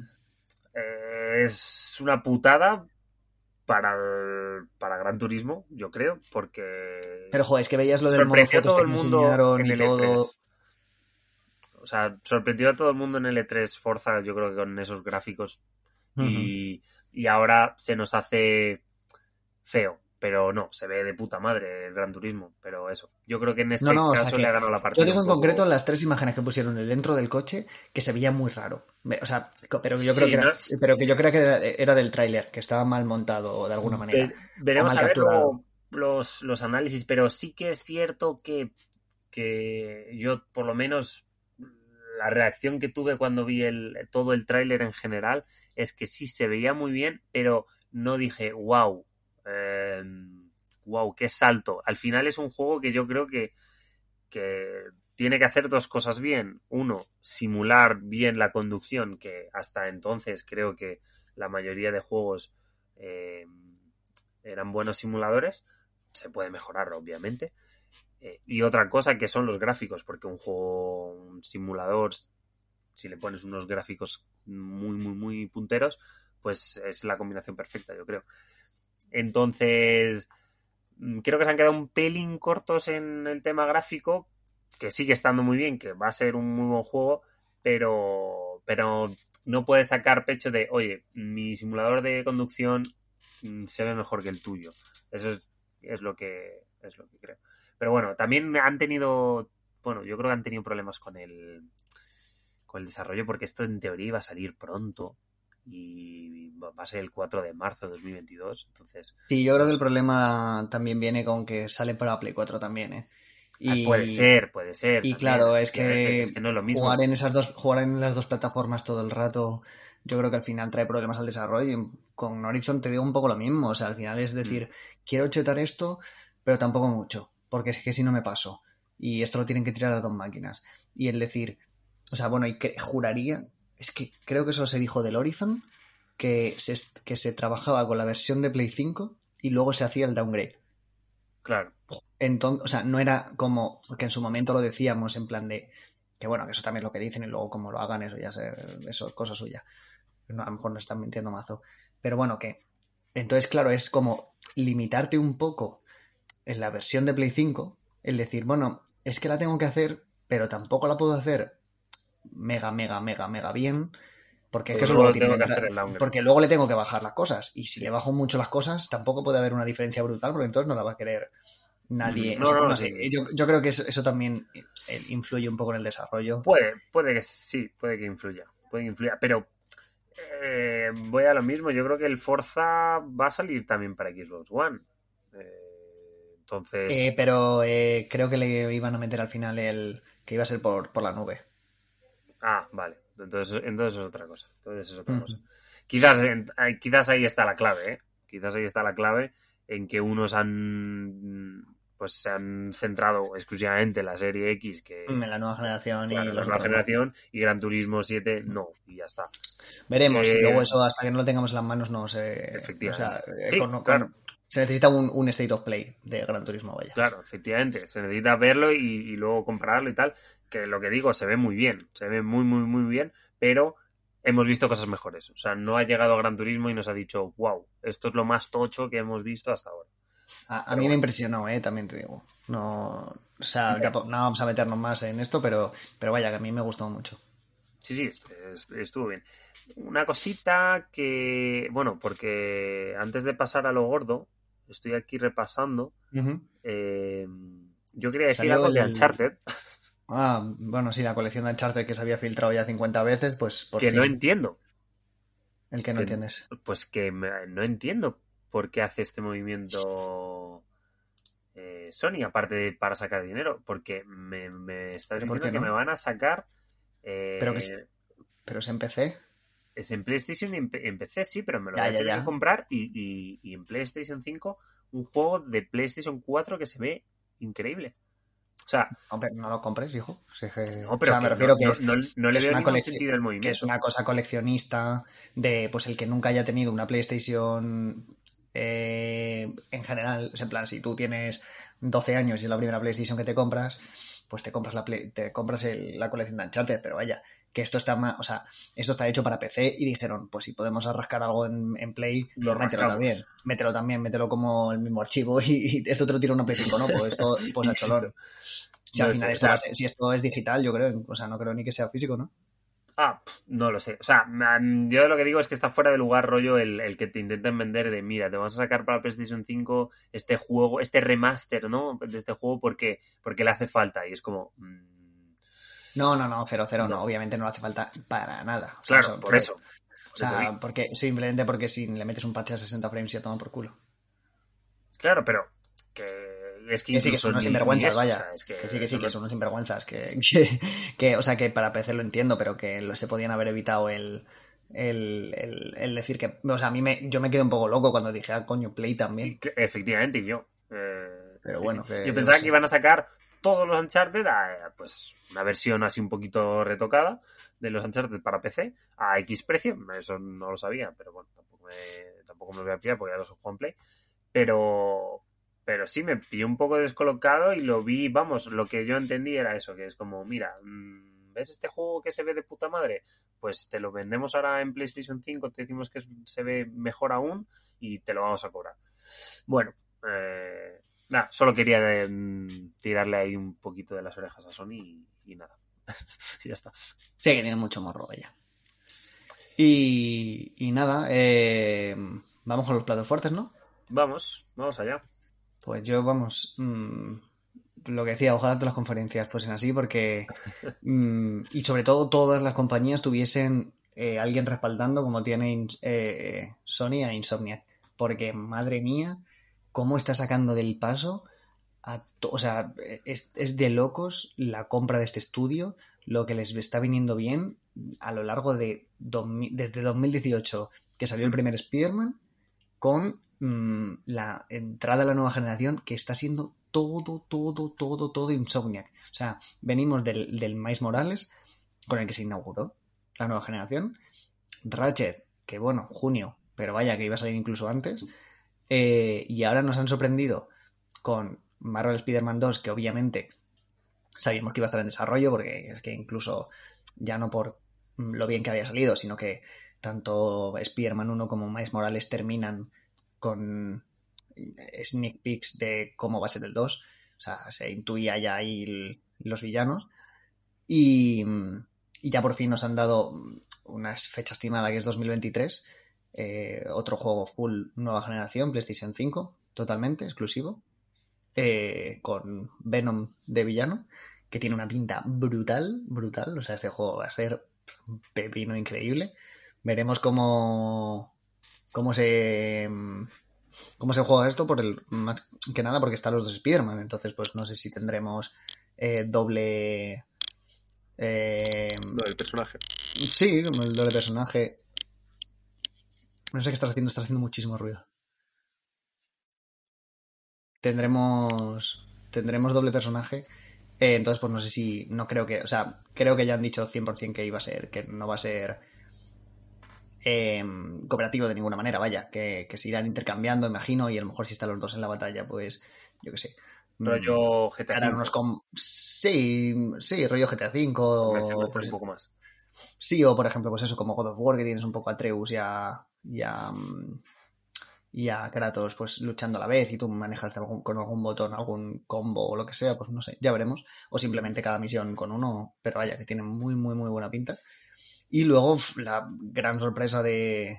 A: es una putada para Gran Turismo, yo creo, porque
C: Pero, joder, es que veías lo del modo
A: sorprendió a
C: fotos
A: todo
C: que
A: el
C: me
A: mundo
C: enseñaron
A: en
C: y
A: el
C: todo.
A: E3. O sea, sorprendió a todo el mundo en el E3 Forza, yo creo que con esos gráficos. Y ahora se nos hace feo, pero no, se ve de puta madre el Gran Turismo, pero eso, yo creo que en este
C: No, o sea
A: caso le
C: que
A: ha ganado la
C: yo
A: partida
C: digo
A: un
C: en
A: poco.
C: concreto las 3 imágenes que pusieron dentro del coche que se veía muy raro. O sea, pero yo creo
A: Sí,
C: que
A: ¿no?
C: era del tráiler, que estaba mal montado de alguna manera o
A: Veremos
C: mal
A: a ver
C: capturado.
A: luego los análisis, pero sí que es cierto que yo por lo menos la reacción que tuve cuando vi todo el tráiler en general es que sí se veía muy bien, pero no dije wow, wow, qué salto. Al final es un juego que yo creo que tiene que hacer dos cosas bien. Uno, simular bien la conducción, que hasta entonces creo que la mayoría de juegos eran buenos simuladores. Se puede mejorar, obviamente. Y otra cosa que son los gráficos, porque un simulador, si le pones unos gráficos muy, muy, muy punteros, pues es la combinación perfecta, yo creo. Entonces, creo que se han quedado un pelín cortos en el tema gráfico, que sigue estando muy bien, que va a ser un muy buen juego, pero no puedes sacar pecho de, oye, mi simulador de conducción se ve mejor que el tuyo. Eso es lo que creo. Pero bueno, también han tenido, bueno, yo creo que han tenido problemas con el desarrollo, porque esto en teoría iba a salir pronto y va a ser el 4 de marzo de 2022, entonces...
C: Sí, yo creo
A: no
C: que el
A: sé.
C: problema también viene con que sale para Play 4 también, ¿eh?
A: Puede ser
C: Y
A: también,
C: claro, es
A: efectivamente, es
C: que
A: que no es lo mismo.
C: jugar en las dos plataformas todo el rato, yo creo que al final trae problemas al desarrollo. Y con Horizon te digo un poco lo mismo. O sea, al final es decir, quiero chetar esto, pero tampoco mucho, porque es que si no me paso. Y esto lo tienen que tirar a las dos máquinas. Y el decir, o sea, bueno, y que juraría, es que creo que eso se dijo del Horizon, que se trabajaba con la versión de Play 5 y luego se hacía el downgrade.
A: Claro.
C: Entonces, o sea, no era como que en su momento lo decíamos en plan de que bueno, que eso también es lo que dicen y luego como lo hagan, eso es cosa suya. No, a lo mejor nos están mintiendo mazo. Pero bueno, que entonces, claro, es como limitarte un poco en la versión de Play 5, el decir, bueno, es que la tengo que hacer, pero tampoco la puedo hacer mega, mega, mega, mega bien, porque es que
A: Porque
C: eso
A: luego
C: luego
A: lo
C: tiene que
A: tengo que
C: entrar,
A: hacer el downgrade.
C: porque luego le tengo que bajar las cosas, y si
A: Sí.
C: le bajo mucho las cosas, tampoco puede haber una diferencia brutal, porque entonces no la va a querer nadie. O sea, no sé,
A: Sí.
C: yo creo que eso también influye un poco en el desarrollo.
A: Puede que sí, puede que influya, pero voy a lo mismo, yo creo que el Forza va a salir también para Xbox One. Entonces,
C: Pero creo que le iban a meter al final el que iba a ser por la nube.
A: vale, entonces es otra cosa.
C: Uh-huh.
A: Quizás ahí está la clave, ¿eh? Quizás ahí está la clave en que unos se han centrado exclusivamente en la serie X,
C: En la nueva generación y
A: claro, la
C: los
A: nueva
C: otros no.
A: generación, y Gran Turismo 7 no, y ya está.
C: Veremos si luego eso hasta que no lo tengamos en las manos no sé. O sea,
A: Efectivamente. Sí, claro.
C: se necesita un State of Play de Gran Turismo, vaya.
A: Claro, efectivamente. Se necesita verlo y luego compararlo y tal. Que lo que digo, se ve muy bien. Se ve muy, muy, muy bien. Pero hemos visto cosas mejores. O sea, no ha llegado a Gran Turismo y nos ha dicho, wow, esto es lo más tocho que hemos visto hasta ahora.
C: A mí me impresionó, también te digo. No, o sea, no vamos a meternos más en esto, pero vaya, que a mí me gustó mucho.
A: Sí, estuvo bien. Una cosita que, bueno, porque antes de pasar a lo gordo, estoy aquí repasando.
C: Uh-huh.
A: Yo quería decir
C: Salió
A: algo de Uncharted.
C: Bueno, sí, la colección de Uncharted que se había filtrado ya 50 veces, pues por
A: Que no
C: fin.
A: entiendo.
C: El que no entiendes.
A: Pues que no entiendo por qué hace este movimiento Sony, aparte de para sacar dinero, porque me estás
C: ¿Pero por
A: diciendo
C: qué
A: que me
C: no?
A: van a sacar
C: Pero pero es en PC.
A: es en PlayStation y en PC, sí, pero me lo voy
C: Ya,
A: a
C: ya,
A: tener que
C: ya.
A: comprar y en PlayStation 5 un juego de PlayStation 4 que se ve increíble. O sea,
C: hombre, no lo compres, hijo.
A: No, pero
C: o sea, me refiero que
A: no le veo ningún sentido al movimiento.
C: Que es una cosa coleccionista de, pues, el que nunca haya tenido una PlayStation en general. En plan, si tú tienes 12 años y es la primera PlayStation que te compras, pues te compras la colección de Uncharted, pero vaya, que esto está o sea, esto está hecho para PC y dijeron, pues si podemos rascar algo en Play, mételo también, mételo como el mismo archivo y esto te lo tira una Play 5, ¿no? Pues esto, pues a cholón. Si al final si esto es digital, yo creo, o sea, no creo ni que sea físico, ¿no?
A: No lo sé. O sea, yo lo que digo es que está fuera de lugar rollo el que te intenten vender de, mira, te vas a sacar para PlayStation 5 este juego, este remaster, ¿no? De este juego porque le hace falta. Y es como...
C: No, 0-0 no. Obviamente no le hace falta para nada.
A: O sea, claro, por eso.
C: O sea, simplemente porque si le metes un parche a 60 frames ya toman por culo.
A: Claro, pero es que
C: sí, que son unos sinvergüenzas, vaya. O sea, que son unos sinvergüenzas. O sea, que para PC lo entiendo, pero que se podían haber evitado el decir que... O sea, yo me quedé un poco loco cuando dije, coño, Play también.
A: Efectivamente, y yo.
C: Pero bueno.
A: Yo pensaba que iban a sacar todos los Uncharted a, pues, una versión así un poquito retocada de los Uncharted para PC a X precio. Eso no lo sabía, pero bueno, tampoco me lo voy a pillar porque ya los he jugado en Play. Pero sí, me pilló un poco descolocado y lo vi, vamos, lo que yo entendí era eso, que es como, mira, ¿ves este juego que se ve de puta madre? Pues te lo vendemos ahora en PlayStation 5, te decimos que se ve mejor aún y te lo vamos a cobrar. Bueno, nada, solo quería tirarle ahí un poquito de las orejas a Sony y nada, y ya está.
C: Sí, que tiene mucho morro, vaya. Y nada, vamos con los platos fuertes, ¿no?
A: Vamos allá.
C: Pues yo, vamos, lo que decía, ojalá todas las conferencias fuesen así, porque y sobre todo todas las compañías tuviesen alguien respaldando como tiene Sony a Insomniac, porque madre mía, cómo está sacando del paso o sea, es de locos la compra de este estudio, lo que les está viniendo bien a lo largo de desde 2018, que salió el primer Spider-Man, con la entrada a la nueva generación, que está siendo todo Insomniac. O sea, venimos del Miles Morales, con el que se inauguró la nueva generación. Ratchet, que bueno, junio, pero vaya, que iba a salir incluso antes. Y ahora nos han sorprendido con Marvel Spider-Man 2, que obviamente sabíamos que iba a estar en desarrollo, porque es que incluso ya no por lo bien que había salido, sino que tanto Spider-Man 1 como Miles Morales terminan con sneak peeks de cómo va a ser el 2. O sea, se intuía ya ahí los villanos. Y ya por fin nos han dado una fecha estimada que es 2023. Otro juego full nueva generación, PlayStation 5, totalmente exclusivo. Con Venom de villano, que tiene una pinta brutal. O sea, este juego va a ser un pepino increíble. Veremos cómo se juega esto, más que nada porque están los dos Spider-Man. Entonces, pues no sé si tendremos doble
A: personaje.
C: Sí, el doble personaje. No sé qué estás haciendo muchísimo ruido. Tendremos doble personaje. Entonces, pues no sé si... No creo que... O sea, creo que ya han dicho 100% que iba a ser... Que no va a ser cooperativo de ninguna manera, vaya. Que se irán intercambiando, imagino. Y a lo mejor si están los dos en la batalla, pues... Yo qué sé.
A: Rollo GTA V.
C: Sí, rollo GTA V.
A: Pues, un poco más.
C: Sí, o por ejemplo, pues eso, como God of War, que tienes un poco a Atreus y a Kratos pues luchando a la vez y tú manejas con algún botón, algún combo o lo que sea, pues no sé, ya veremos. O simplemente cada misión con uno, pero vaya, que tiene muy buena pinta. Y luego la gran sorpresa del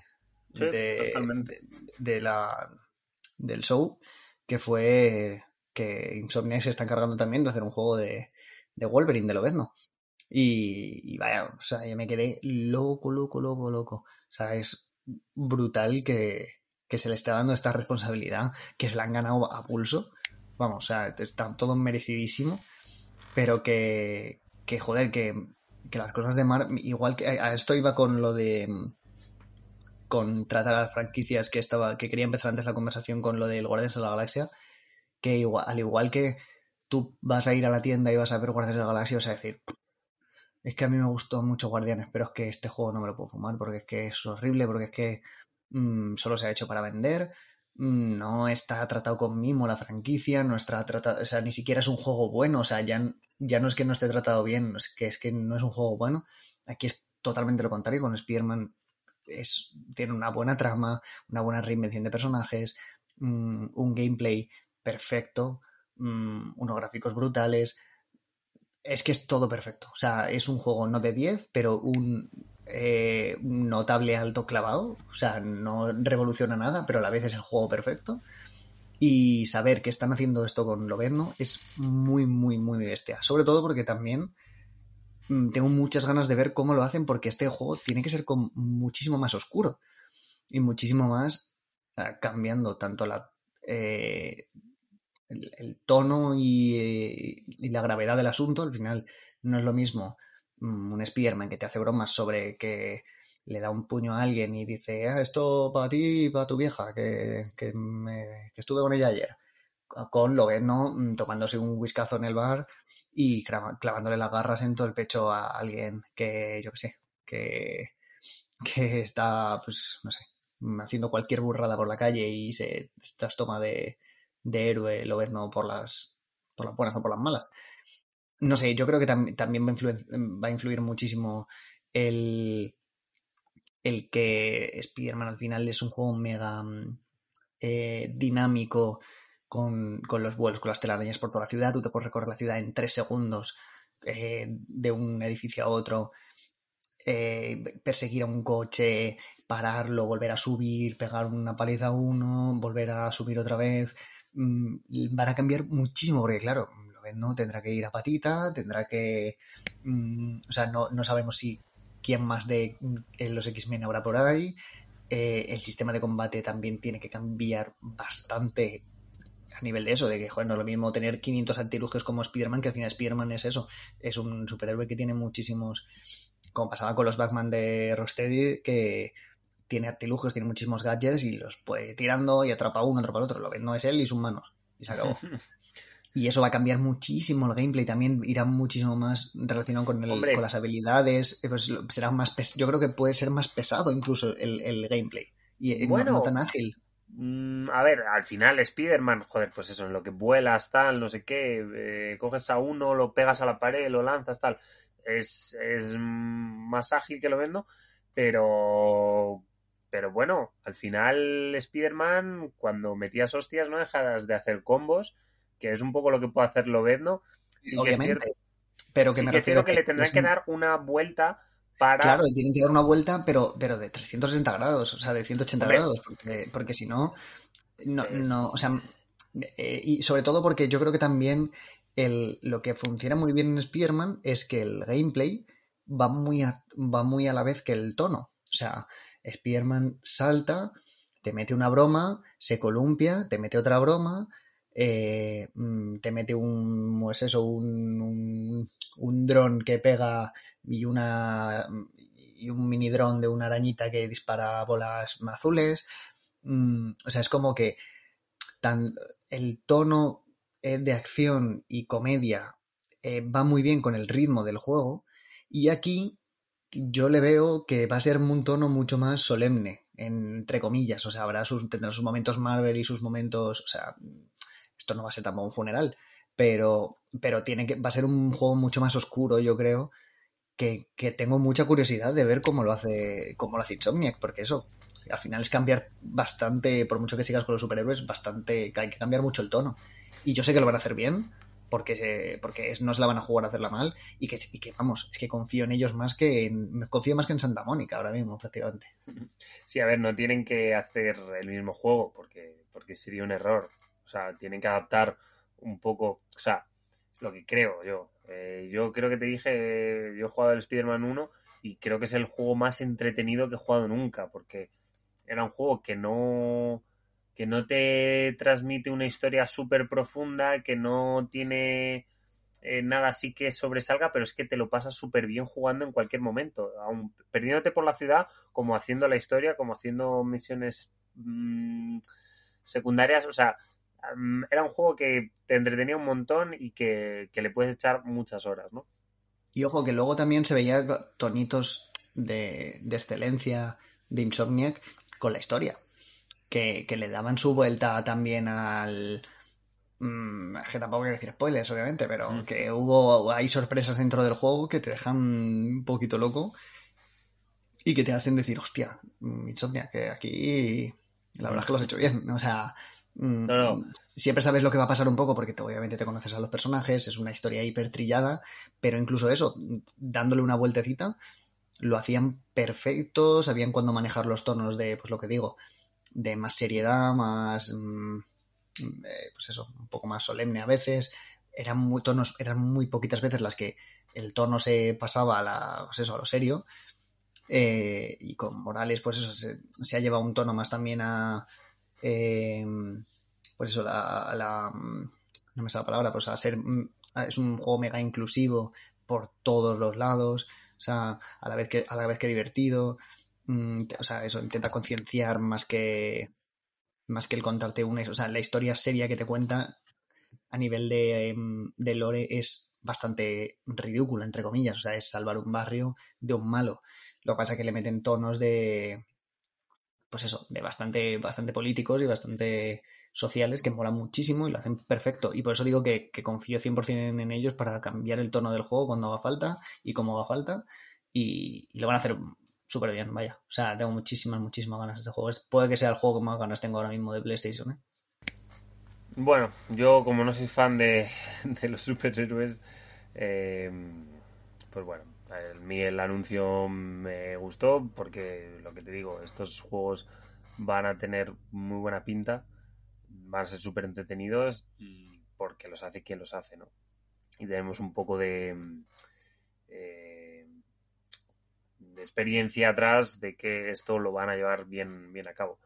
C: show, que fue que Insomniac se está encargando también de hacer un juego de Wolverine, de Lobezno. Y vaya, o sea, yo me quedé loco. O sea, es brutal que se le esté dando esta responsabilidad, que se la han ganado a pulso. Vamos, o sea, está todo merecidísimo, pero que joder, que las cosas de Marvel, igual que a esto iba con lo de con tratar a las franquicias que quería empezar antes la conversación con lo del Guardianes de la Galaxia, que al igual que tú vas a ir a la tienda y vas a ver Guardianes de la Galaxia, vas a decir, es que a mí me gustó mucho Guardianes, pero es que este juego no me lo puedo fumar porque es que es horrible, porque es que solo se ha hecho para vender, no está tratado con mimo la franquicia, no está tratado, o sea, ni siquiera es un juego bueno, o sea, ya no es que no esté tratado bien, es que no es un juego bueno. Aquí es totalmente lo contrario, con Spider-Man tiene una buena trama, una buena reinvención de personajes, un gameplay perfecto, unos gráficos brutales. Es que es todo perfecto. O sea, es un juego no de 10, pero un notable alto clavado. O sea, no revoluciona nada, pero a la vez es el juego perfecto. Y saber que están haciendo esto con Lobezno es muy, muy, muy bestia. Sobre todo porque también tengo muchas ganas de ver cómo lo hacen, porque este juego tiene que ser muchísimo más oscuro y muchísimo más cambiando tanto el tono y la gravedad del asunto. Al final no es lo mismo un Spider-Man que te hace bromas sobre que le da un puño a alguien y dice, esto para ti y para tu vieja, que estuve con ella ayer, con Lobezno tomándose un whiskazo en el bar y clavándole las garras en todo el pecho a alguien que, yo qué sé, que está, pues, no sé, haciendo cualquier burrada por la calle y se toma de héroe Lobezno por las buenas o por las malas. No sé, yo creo que también va a influir muchísimo el, el que Spider-Man al final es un juego mega dinámico con los vuelos, con las telarañas por toda la ciudad. Tú te puedes recorrer la ciudad en 3 segundos de un edificio a otro, perseguir a un coche, pararlo, volver a subir, pegar una paliza a uno, volver a subir otra vez. Van a cambiar muchísimo porque, claro, no tendrá que ir a patita, tendrá que... o sea, no sabemos si quién más de los X-Men habrá por ahí. El sistema de combate también tiene que cambiar bastante a nivel de eso, de que, joder, no es lo mismo tener 500 artilugios como Spider-Man, que al final Spider-Man es eso, es un superhéroe que tiene muchísimos, como pasaba con los Batman de Rocksteady, que tiene artilugios, tiene muchísimos gadgets y los puede ir tirando y atrapa a uno, atrapa al otro. Lo ven, no es él y sus manos. Y se acabó. Y eso va a cambiar muchísimo el gameplay. También irá muchísimo más relacionado con las habilidades. Pues será yo creo que puede ser más pesado incluso el gameplay. Y no tan ágil.
A: A ver, al final Spider-Man, joder, pues eso, en lo que vuelas, tal, no sé qué, coges a uno, lo pegas a la pared, lo lanzas, tal. Es más ágil que lo vendo, pero bueno, al final Spider-Man, cuando metías hostias, no dejas de hacer combos, que es un poco lo que puede hacer Lobezno. Sí,
C: obviamente, pero que
A: sí
C: me
A: que es
C: refiero
A: cierto que le tendrán que dar una vuelta para...
C: Claro, le tienen que dar una vuelta, pero de 360 grados, o sea, de 180
A: Hombre,
C: grados, porque si no, no, o sea, y sobre todo porque yo creo que también lo que funciona muy bien en Spider-Man es que el gameplay va muy a la vez que el tono. O sea, Spider-Man salta, te mete una broma, se columpia, te mete otra broma, te mete pues eso, un dron que pega y un mini dron de una arañita que dispara bolas azules. O sea, es como que el tono de acción y comedia va muy bien con el ritmo del juego. Y aquí yo le veo que va a ser un tono mucho más solemne, entre comillas. O sea, tendrá sus momentos Marvel y sus momentos. O sea, esto no va a ser tampoco un funeral. Pero va a ser un juego mucho más oscuro, yo creo. Que tengo mucha curiosidad de ver cómo lo hace Insomniac, porque eso, al final es cambiar bastante, por mucho que sigas con los superhéroes, hay que cambiar mucho el tono. Y yo sé que lo van a hacer bien, porque no se la van a jugar a hacerla mal, y que vamos, es que confío en ellos confío más que en Santa Mónica ahora mismo, prácticamente.
A: Sí, a ver, no tienen que hacer el mismo juego, porque sería un error. O sea, tienen que adaptar un poco, o sea, lo que creo yo. Yo creo que te dije, yo he jugado el Spider-Man 1 y creo que es el juego más entretenido que he jugado nunca, porque era un juego que no te transmite una historia súper profunda, que no tiene nada así que sobresalga, pero es que te lo pasas súper bien jugando en cualquier momento, aun perdiéndote por la ciudad, como haciendo la historia, como haciendo misiones secundarias. O sea, era un juego que te entretenía un montón y que le puedes echar muchas horas, ¿no?
C: Y ojo, que luego también se veía tonitos de excelencia de Insomniac con la historia, que le daban su vuelta también al... Es que tampoco quiero decir spoilers, obviamente, pero que hay sorpresas dentro del juego que te dejan un poquito loco y que te hacen decir, hostia, Insomniac, que aquí la verdad es que lo has hecho bien. O sea,
A: No.
C: siempre sabes lo que va a pasar un poco porque obviamente te conoces a los personajes, es una historia hiper trillada, pero incluso eso, dándole una vueltecita, lo hacían perfecto, sabían cuándo manejar los tonos de, pues lo que digo, de más seriedad, más... pues eso, un poco más solemne a veces. Eran muy poquitas veces las que el tono se pasaba pues eso, a lo serio. Y con Morales, pues eso, se ha llevado un tono más también a... pues eso, no me sale la palabra, pues a ser... Es un juego mega inclusivo por todos los lados. O sea, a la vez que divertido. O sea, eso, intenta concienciar más que el contarte o sea, la historia seria que te cuenta a nivel de lore es bastante ridícula, entre comillas. O sea, es salvar un barrio de un malo. Lo que pasa es que le meten tonos de, pues eso, de bastante políticos y bastante sociales que molan muchísimo y lo hacen perfecto. Y por eso digo que confío 100% en ellos para cambiar el tono del juego cuando haga falta y como haga falta. Y lo van a hacer súper bien, vaya. O sea, tengo muchísimas ganas de este juego. Puede que sea el juego que más ganas tengo ahora mismo de PlayStation, ¿eh?
A: Bueno, yo como no soy fan de los superhéroes, pues bueno, a mí el anuncio me gustó porque lo que te digo, estos juegos van a tener muy buena pinta, van a ser súper entretenidos y porque los hace quien los hace, ¿no? Y tenemos un poco de experiencia atrás de que esto lo van a llevar bien a cabo.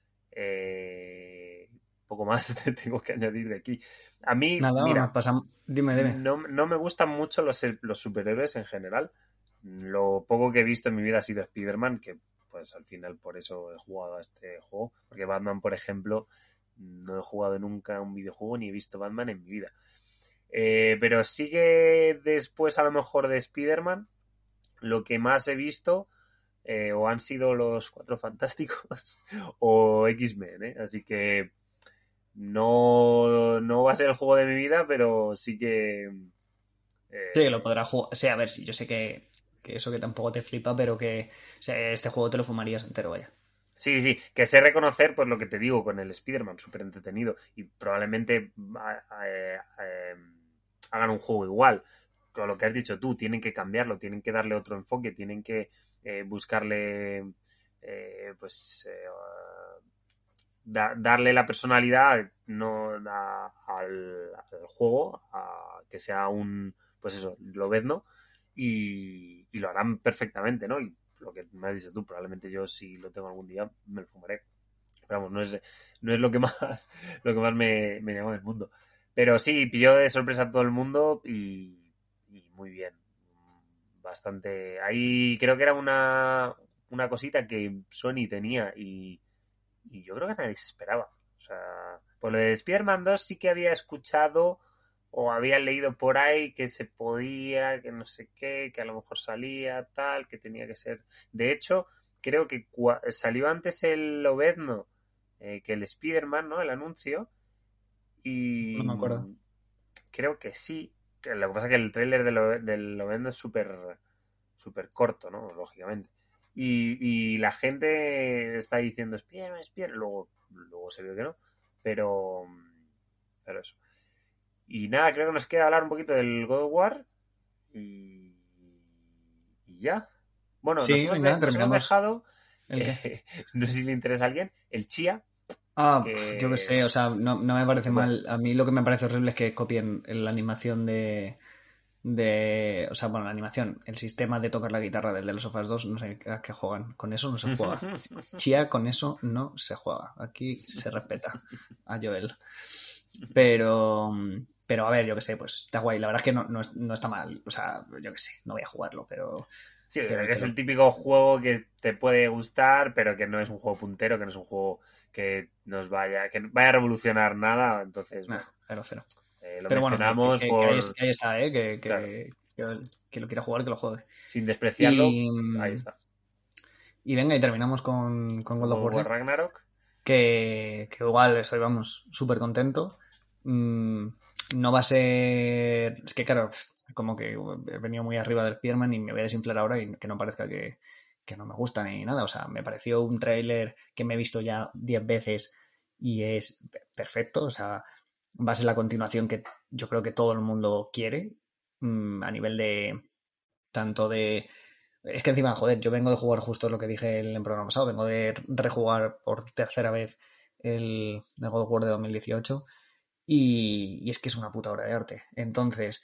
A: Poco más te tengo que añadir de aquí. A mí,
C: nada,
A: mira,
C: pasamos. Dime.
A: no me gustan mucho los superhéroes en general. Lo poco que he visto en mi vida ha sido Spider-Man, que pues al final por eso he jugado a este juego. Porque Batman, por ejemplo, no he jugado nunca a un videojuego ni he visto Batman en mi vida. Pero sí que después a lo mejor de Spider-Man, lo que más he visto o han sido los Cuatro Fantásticos o X-Men, ¿eh? Así que no va a ser el juego de mi vida, pero sí que...
C: Sí, lo podrá jugar. O sea, a ver, si yo sé que eso que tampoco te flipa, pero que o sea, este juego te lo fumarías entero, vaya.
A: Sí, que sé reconocer pues lo que te digo con el Spider-Man, súper entretenido y probablemente hagan un juego igual. Con lo que has dicho tú, tienen que cambiarlo, tienen que darle otro enfoque, tienen que buscarle darle la personalidad no al juego, a que sea un, pues eso, lobezno y lo harán perfectamente, ¿no? Y lo que me has dicho tú, probablemente yo si lo tengo algún día me lo fumaré. Pero vamos, no es lo que más me llama del mundo. Pero sí, pilló de sorpresa a todo el mundo y muy bien. Bastante. Ahí creo que era una cosita que Sony tenía y yo creo que nadie se esperaba. O sea, por lo de Spider-Man 2 sí que había escuchado o había leído por ahí que se podía, que no sé qué, que a lo mejor salía, tal, que tenía que ser. De hecho, creo que salió antes el Lobezno que el Spider-Man, ¿no? El anuncio.
C: No
A: Y
C: me acuerdo.
A: creo que sí. Lo que pasa es que el tráiler del Lobezno es súper corto, ¿no? Lógicamente. Y la gente está diciendo Spider-Man. Luego se vio que no. Pero eso. Y nada, creo que nos queda hablar un poquito del God of War. Y ya. Bueno,
C: Sí, venga,
A: nos hemos
C: terminamos.
A: dejado.
C: ¿El qué?
A: No sé si le interesa a alguien. El Chia.
C: Yo qué sé, o sea, no me parece
A: Bueno,
C: mal. A mí lo que me parece horrible es que copien la animación o sea, bueno, la animación, el sistema de tocar la guitarra del de los Us 2, no sé a qué juegan. Con eso no se juega. Chia, con eso no se juega. Aquí se respeta a Joel. Pero Pero a ver, yo qué sé, pues está guay. La verdad es que no está mal. O sea, yo qué sé, no voy a jugarlo, pero...
A: Sí, pero que es el típico juego que te puede gustar, pero que no es un juego puntero, que no es un juego que vaya a revolucionar nada. Entonces,
C: Nah,
A: bueno,
C: cero.
A: lo
C: Pero bueno,
A: mencionamos
C: que
A: por...
C: ahí está,
A: Claro,
C: que lo quiera jugar, que lo juegue.
A: sin despreciarlo,
C: Y,
A: ahí está.
C: y venga, y terminamos con God of War,
A: Ragnarok.
C: que igual estoy, vamos, súper contento. No va a ser... Es que claro, como que he venido muy arriba del Spider-Man y me voy a desinflar ahora y que no parezca que no me gusta ni nada. O sea, me pareció un tráiler que me he visto ya 10 veces y es perfecto. O sea, va a ser la continuación que yo creo que todo el mundo quiere, a nivel de tanto de... Es que encima, joder, yo vengo de jugar justo lo que dije en el programa pasado, vengo de rejugar por tercera vez el God of War de 2018 y es que es una puta obra de arte. Entonces,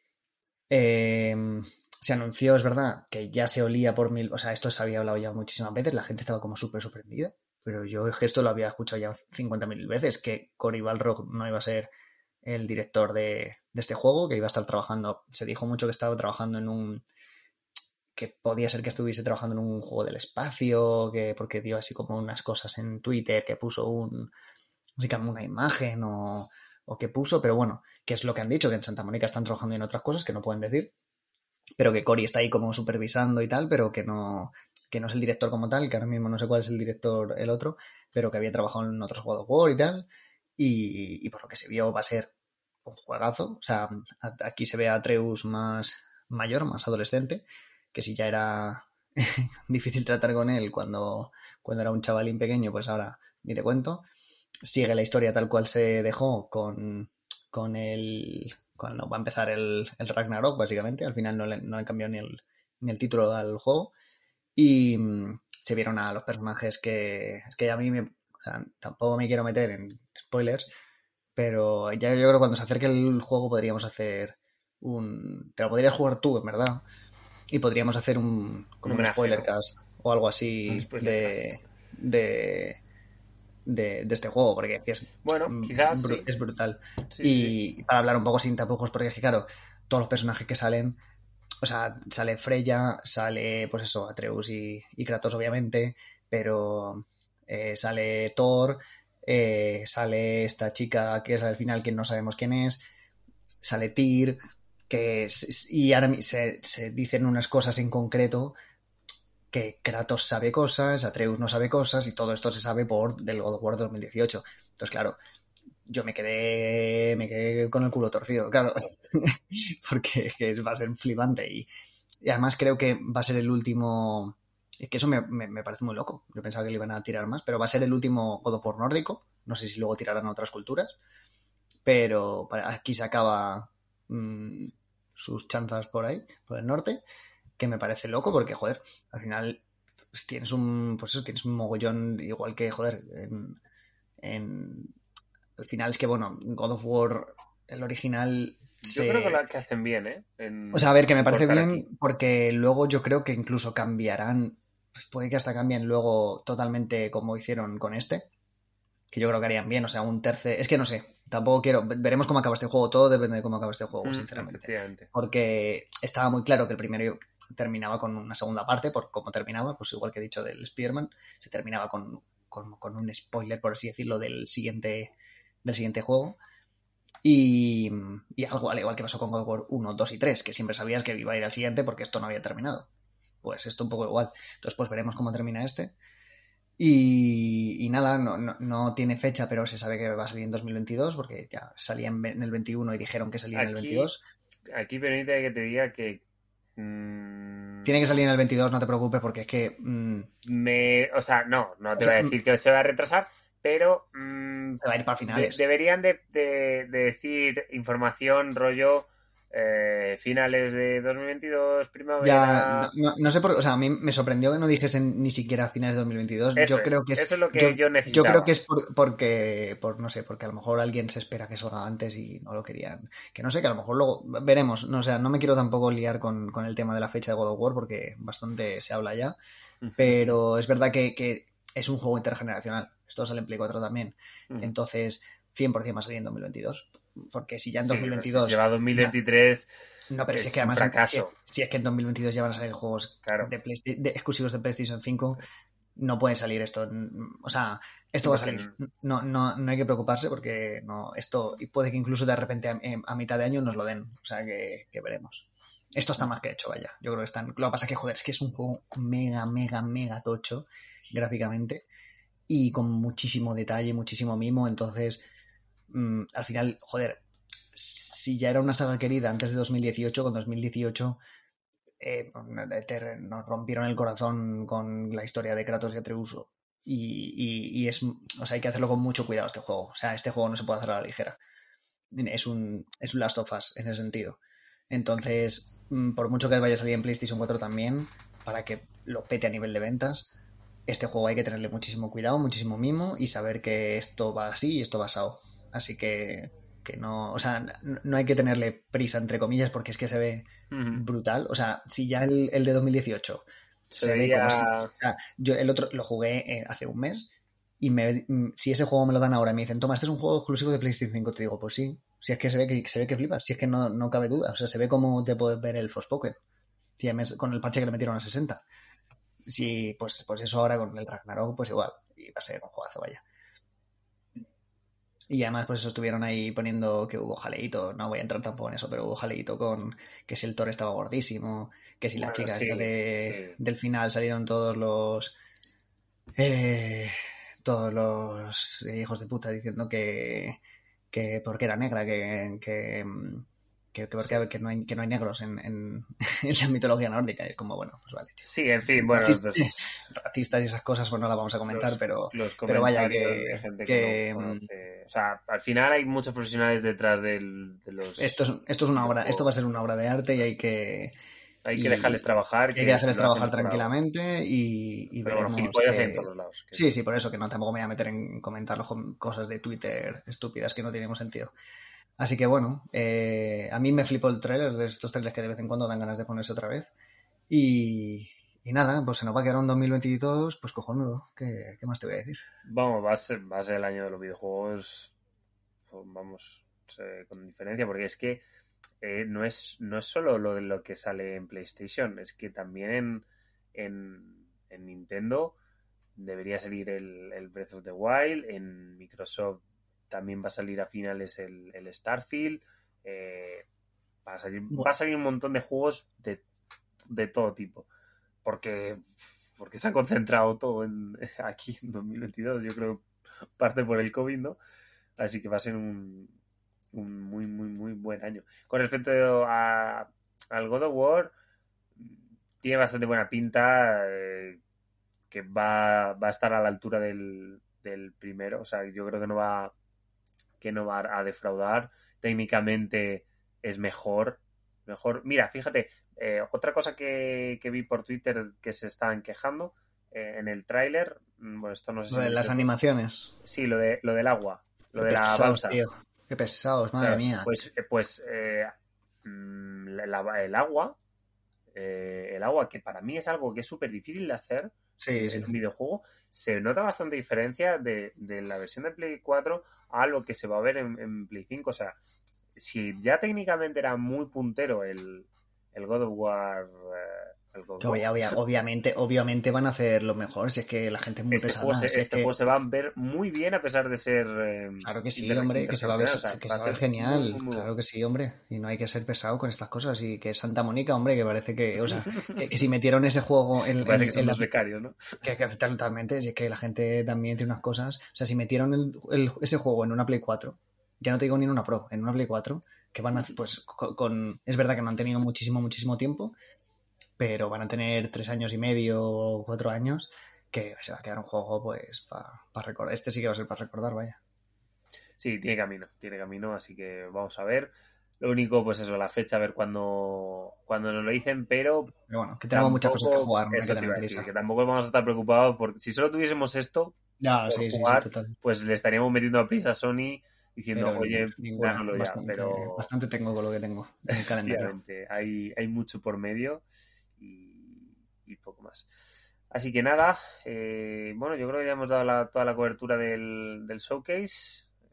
C: eh, se anunció, es verdad, que ya se olía por mil... O sea, esto se había hablado ya muchísimas veces, la gente estaba como súper sorprendida, pero yo es que esto lo había escuchado ya 50.000 veces, que Cory Balrog no iba a ser el director de este juego, que iba a estar trabajando... Se dijo mucho que estaba trabajando en un... que podía ser que estuviese trabajando en un juego del espacio, que porque dio así como unas cosas en Twitter, que puso así como una imagen o que puso, pero bueno, que es lo que han dicho, que en Santa Mónica están trabajando en otras cosas que no pueden decir, pero que Cory está ahí como supervisando y tal, pero que no es el director como tal, que ahora mismo no sé cuál es el director el otro, pero que había trabajado en otros juegos de War y tal, y por lo que se vio va a ser un juegazo. O sea, aquí se ve a Atreus más mayor, más adolescente, que si ya era difícil tratar con él cuando era un chavalín pequeño, pues ahora ni te cuento. Sigue la historia tal cual se dejó con el... cuando va a empezar el Ragnarok, básicamente. Al final no le han cambiado ni el título al juego. Y se vieron a los personajes que... Es que a mí o sea, tampoco me quiero meter en spoilers, pero ya yo creo que cuando se acerque el juego podríamos hacer te lo podrías jugar tú, en verdad. Y podríamos hacer como un
A: homenaje,
C: spoiler
A: ¿no?
C: cast o algo
A: Un
C: así
A: spoiler cast.
C: de este juego, porque
A: Bueno, quizás sí.
C: es brutal.
A: Sí.
C: Y para hablar un poco sin tapujos, porque es que, claro, todos los personajes que salen, o sea, sale Freya, sale, pues eso, Atreus y Kratos, obviamente, pero sale Thor, sale esta chica que es al final que no sabemos quién es, sale Tyr, y ahora se dicen unas cosas en concreto que Kratos sabe cosas, Atreus no sabe cosas, y todo esto se sabe del God of War 2018. Entonces, claro, yo me quedé con el culo torcido, claro, porque va a ser flipante y además creo que va a ser el último... Es que eso me parece muy loco. Yo pensaba que le iban a tirar más, pero va a ser el último God of War nórdico. No sé si luego tirarán a otras culturas, pero aquí se acaba sus chanzas por ahí, por el norte, que me parece loco porque, joder, al final pues tienes tienes un mogollón, igual que, joder, al final es que, bueno, God of War, el original,
A: yo creo que hacen bien, ¿eh?
C: O sea, a ver, que me parece bien
A: aquí.
C: porque luego yo creo que incluso cambiarán, pues puede que hasta cambien luego totalmente como hicieron con este, que yo creo que harían bien, o sea, un tercer... Es que no sé, tampoco veremos cómo acaba este juego, todo depende de cómo acaba este juego, sinceramente.
A: Efectivamente.
C: Porque estaba muy claro que el primero terminaba con una segunda parte, por cómo terminaba, pues igual que he dicho del Spider-Man, se terminaba con un spoiler, por así decirlo, del siguiente juego. Y algo al igual que pasó con God of War 1, 2 y 3, que siempre sabías que iba a ir al siguiente porque esto no había terminado. Pues esto un poco igual. Entonces, pues veremos cómo termina este. Y nada, no tiene fecha, pero se sabe que va a salir en 2022 porque ya salía en el 21 y dijeron que salía en el 22.
A: Aquí permite que te diga que...
C: Tiene que salir en el 22, no te preocupes porque es que...
A: O sea, no te voy a decir que se va a retrasar, pero
C: se va a ir para finales.
A: Deberían de decir información rollo finales de 2022, primavera...
C: No sé por qué, o sea, a mí me sorprendió que no dijesen ni siquiera finales de 2022.
A: Eso es lo que yo necesitaba.
C: Yo creo que es porque no sé, porque a lo mejor alguien se espera que salga antes y no lo querían. Que no sé, que a lo mejor luego veremos. No, o sea, no me quiero tampoco liar con el tema de la fecha de God of War porque bastante se habla ya. Pero es verdad que es un juego intergeneracional. Esto sale en Play 4 también. Entonces, 100% va a salir en 2022. porque si ya en 2022...
A: Si se va a 2023...
C: No, pero si es que además... Si es que en 2022 ya van a salir juegos exclusivos de PlayStation 5, no puede salir esto. O sea, esto va a salir. No hay que preocuparse porque esto puede que incluso de repente a mitad de año nos lo den. O sea, que veremos. Esto está más que hecho, vaya. Yo creo que están... Lo que pasa es que, joder, es que es un juego mega tocho gráficamente y con muchísimo detalle, muchísimo mimo. Entonces, al final, joder, si ya era una saga querida antes de 2018, con 2018 nos rompieron el corazón con la historia de Kratos y Atreus. Y es... O sea, hay que hacerlo con mucho cuidado este juego. O sea, este juego no se puede hacer a la ligera. Es un Last of Us en ese sentido. Entonces, por mucho que vaya a salir en PlayStation 4 también, para que lo pete a nivel de ventas, este juego hay que tenerle muchísimo cuidado, muchísimo mimo y saber que esto va así y esto va asado. Así que no, o sea, no hay que tenerle prisa, entre comillas, porque es que se ve brutal. O sea, si ya el de 2018 se ve como si... O sea, yo el otro lo jugué hace un mes y si ese juego me lo dan ahora y me dicen, toma, este es un juego exclusivo de PlayStation 5, te digo, pues sí. Si es que se ve que flipas, si es que no cabe duda. O sea, se ve como te puedes ver el Forspoken. Con el parche que le metieron a 60. Sí, pues eso ahora con el Ragnarok, pues igual. Y va a ser un juegazo, vaya. Y además, pues eso estuvieron ahí poniendo que hubo jaleíto. No voy a entrar tampoco en eso, pero hubo jaleíto con que si el Thor estaba gordísimo, que si la chica esta del final salieron todos los hijos de puta diciendo que porque era negra, que porque que no hay negros en la mitología nórdica. Y es como, bueno, pues vale, tío.
A: Sí, en fin, bueno.
C: Racistas y esas cosas, pues no las vamos a comentar, pero vaya que...
A: de gente que no conoce. O sea, al final hay muchos profesionales detrás de los...
C: Esto es una obra, esto va a ser una obra de arte y hay que...
A: Hay que dejarles trabajar.
C: Hay que dejarles trabajar tranquilamente y
A: pero
C: veremos.
A: Gilipollas hay en todos lados.
C: Sí, por eso que no tampoco me voy a meter en comentar cosas de Twitter estúpidas que no tienen ningún sentido. Así que bueno, a mí me flipó el tráiler, de estos trailers que de vez en cuando dan ganas de ponerse otra vez. Y nada, pues se nos va a quedar un 2022, pues cojonudo. ¿Qué más te voy a decir?
A: Vamos, va a ser el año de los videojuegos, pues, vamos, con diferencia, porque es que no es solo lo que sale en PlayStation, es que también en Nintendo debería salir el Breath of the Wild, en Microsoft también va a salir a finales el Starfield, va a salir un montón de juegos de todo tipo, porque se ha concentrado todo aquí en 2022, yo creo, parte por el COVID, ¿no? Así que va a ser un muy, muy, muy buen año. Con respecto al God of War, tiene bastante buena pinta, que va a estar a la altura del primero. O sea, yo creo que no va a defraudar. Técnicamente es mejor. Mira, fíjate, otra cosa que vi por Twitter que se estaban quejando en el tráiler, bueno, esto no sé si...
C: Lo de las animaciones.
A: Sí, lo del agua, lo de la balsa.
C: Tío. Qué pesados, madre mía.
A: Pues el agua, que para mí es algo que es súper difícil de hacer en un videojuego, se nota bastante diferencia de la versión de Play 4 a lo que se va a ver en Play 5. O sea, si ya técnicamente era muy puntero el God of War...
C: Obviamente van a hacer lo mejor, si es que la gente es muy pesada.
A: Este juego se va a ver muy bien a pesar de ser...
C: claro que sí, hombre, que se va a ver, genial. Muy claro que sí, hombre. Y no hay que ser pesado con estas cosas. Y que Santa Mónica, hombre, que parece que... O sea, que si metieron ese juego
A: parece que son los becarios, ¿no?
C: Que totalmente, es que la gente también tiene unas cosas... O sea, si metieron ese juego en una Play 4, ya no te digo ni en una Pro, en una Play 4, que van a... Pues es verdad que no han tenido muchísimo tiempo, pero van a tener 3 años y medio o 4 años, que se va a quedar un juego pues para recordar. Este sí que va a ser para recordar, vaya.
A: Sí, tiene camino, así que vamos a ver. Lo único, pues eso, la fecha, a ver cuándo nos lo dicen, pero
C: bueno, que tenemos muchas cosas que jugar, no hay que tener prisa.
A: Que tampoco vamos a estar preocupados, porque si solo tuviésemos esto jugar,
C: total.
A: Pues le estaríamos metiendo a prisa a Sony diciendo, pero oye, dánoslo ya.
C: Bastante tengo con lo que tengo en el calendario.
A: Hay mucho por medio y poco más. Así que nada, bueno, yo creo que ya hemos dado toda la cobertura del showcase.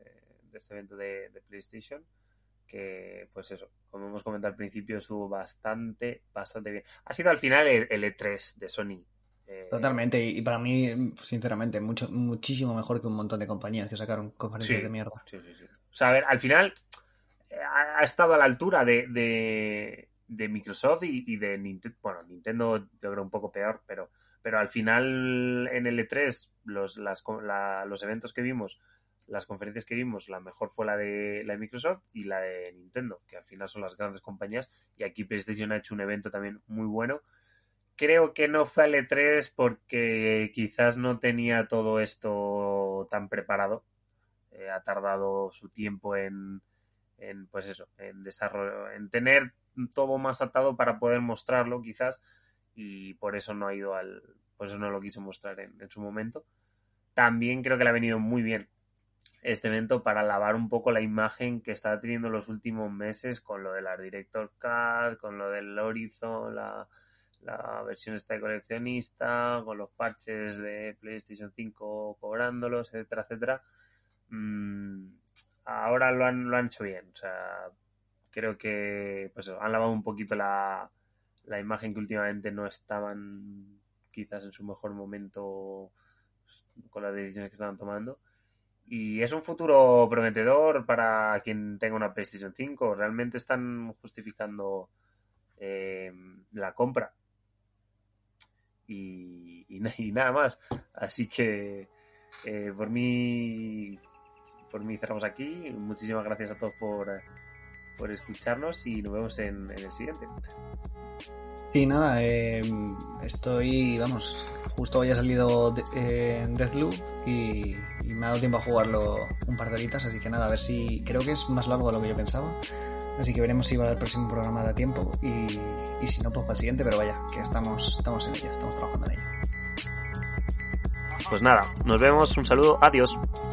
A: este evento de PlayStation, que pues eso, como hemos comentado al principio, estuvo bastante bien. Ha sido al final el E3 de Sony.
C: Totalmente, y para mí, sinceramente, muchísimo mejor que un montón de compañías que sacaron conferencias de mierda.
A: Sí. O sea, a ver, al final ha estado a la altura de Microsoft y de Nintendo. Bueno, Nintendo yo creo un poco peor, pero al final en el E3 los eventos que vimos, las conferencias que vimos, la mejor fue la de Microsoft y la de Nintendo, que al final son las grandes compañías, y aquí PlayStation ha hecho un evento también muy bueno. Creo que no fue al E3 porque quizás no tenía todo esto tan preparado. Ha tardado su tiempo en pues eso, en desarrollo, en tener todo más atado para poder mostrarlo quizás, y por eso no ha ido por eso no lo quiso mostrar en su momento. También creo que le ha venido muy bien este evento para lavar un poco la imagen que estaba teniendo los últimos meses con lo de las Director's Cut, con lo del Horizon, la versión esta de coleccionista, con los parches de PlayStation 5 cobrándolos, etcétera, etcétera. Ahora lo han hecho bien. O sea, creo que pues han lavado un poquito la imagen que últimamente no estaban quizás en su mejor momento con las decisiones que estaban tomando. Y es un futuro prometedor para quien tenga una PlayStation 5. Realmente están justificando la compra. Y nada más. Así que por mí cerramos aquí. Muchísimas gracias a todos por escucharnos y nos vemos en el siguiente.
C: Y nada, justo hoy ha salido Deathloop y me ha dado tiempo a jugarlo un par de horitas, así que nada, a ver si, creo que es más largo de lo que yo pensaba, así que veremos si va al próximo programa da tiempo y si no, pues para el siguiente, pero vaya, que estamos en ello, estamos trabajando en ello.
A: Pues nada, nos vemos, un saludo, adiós.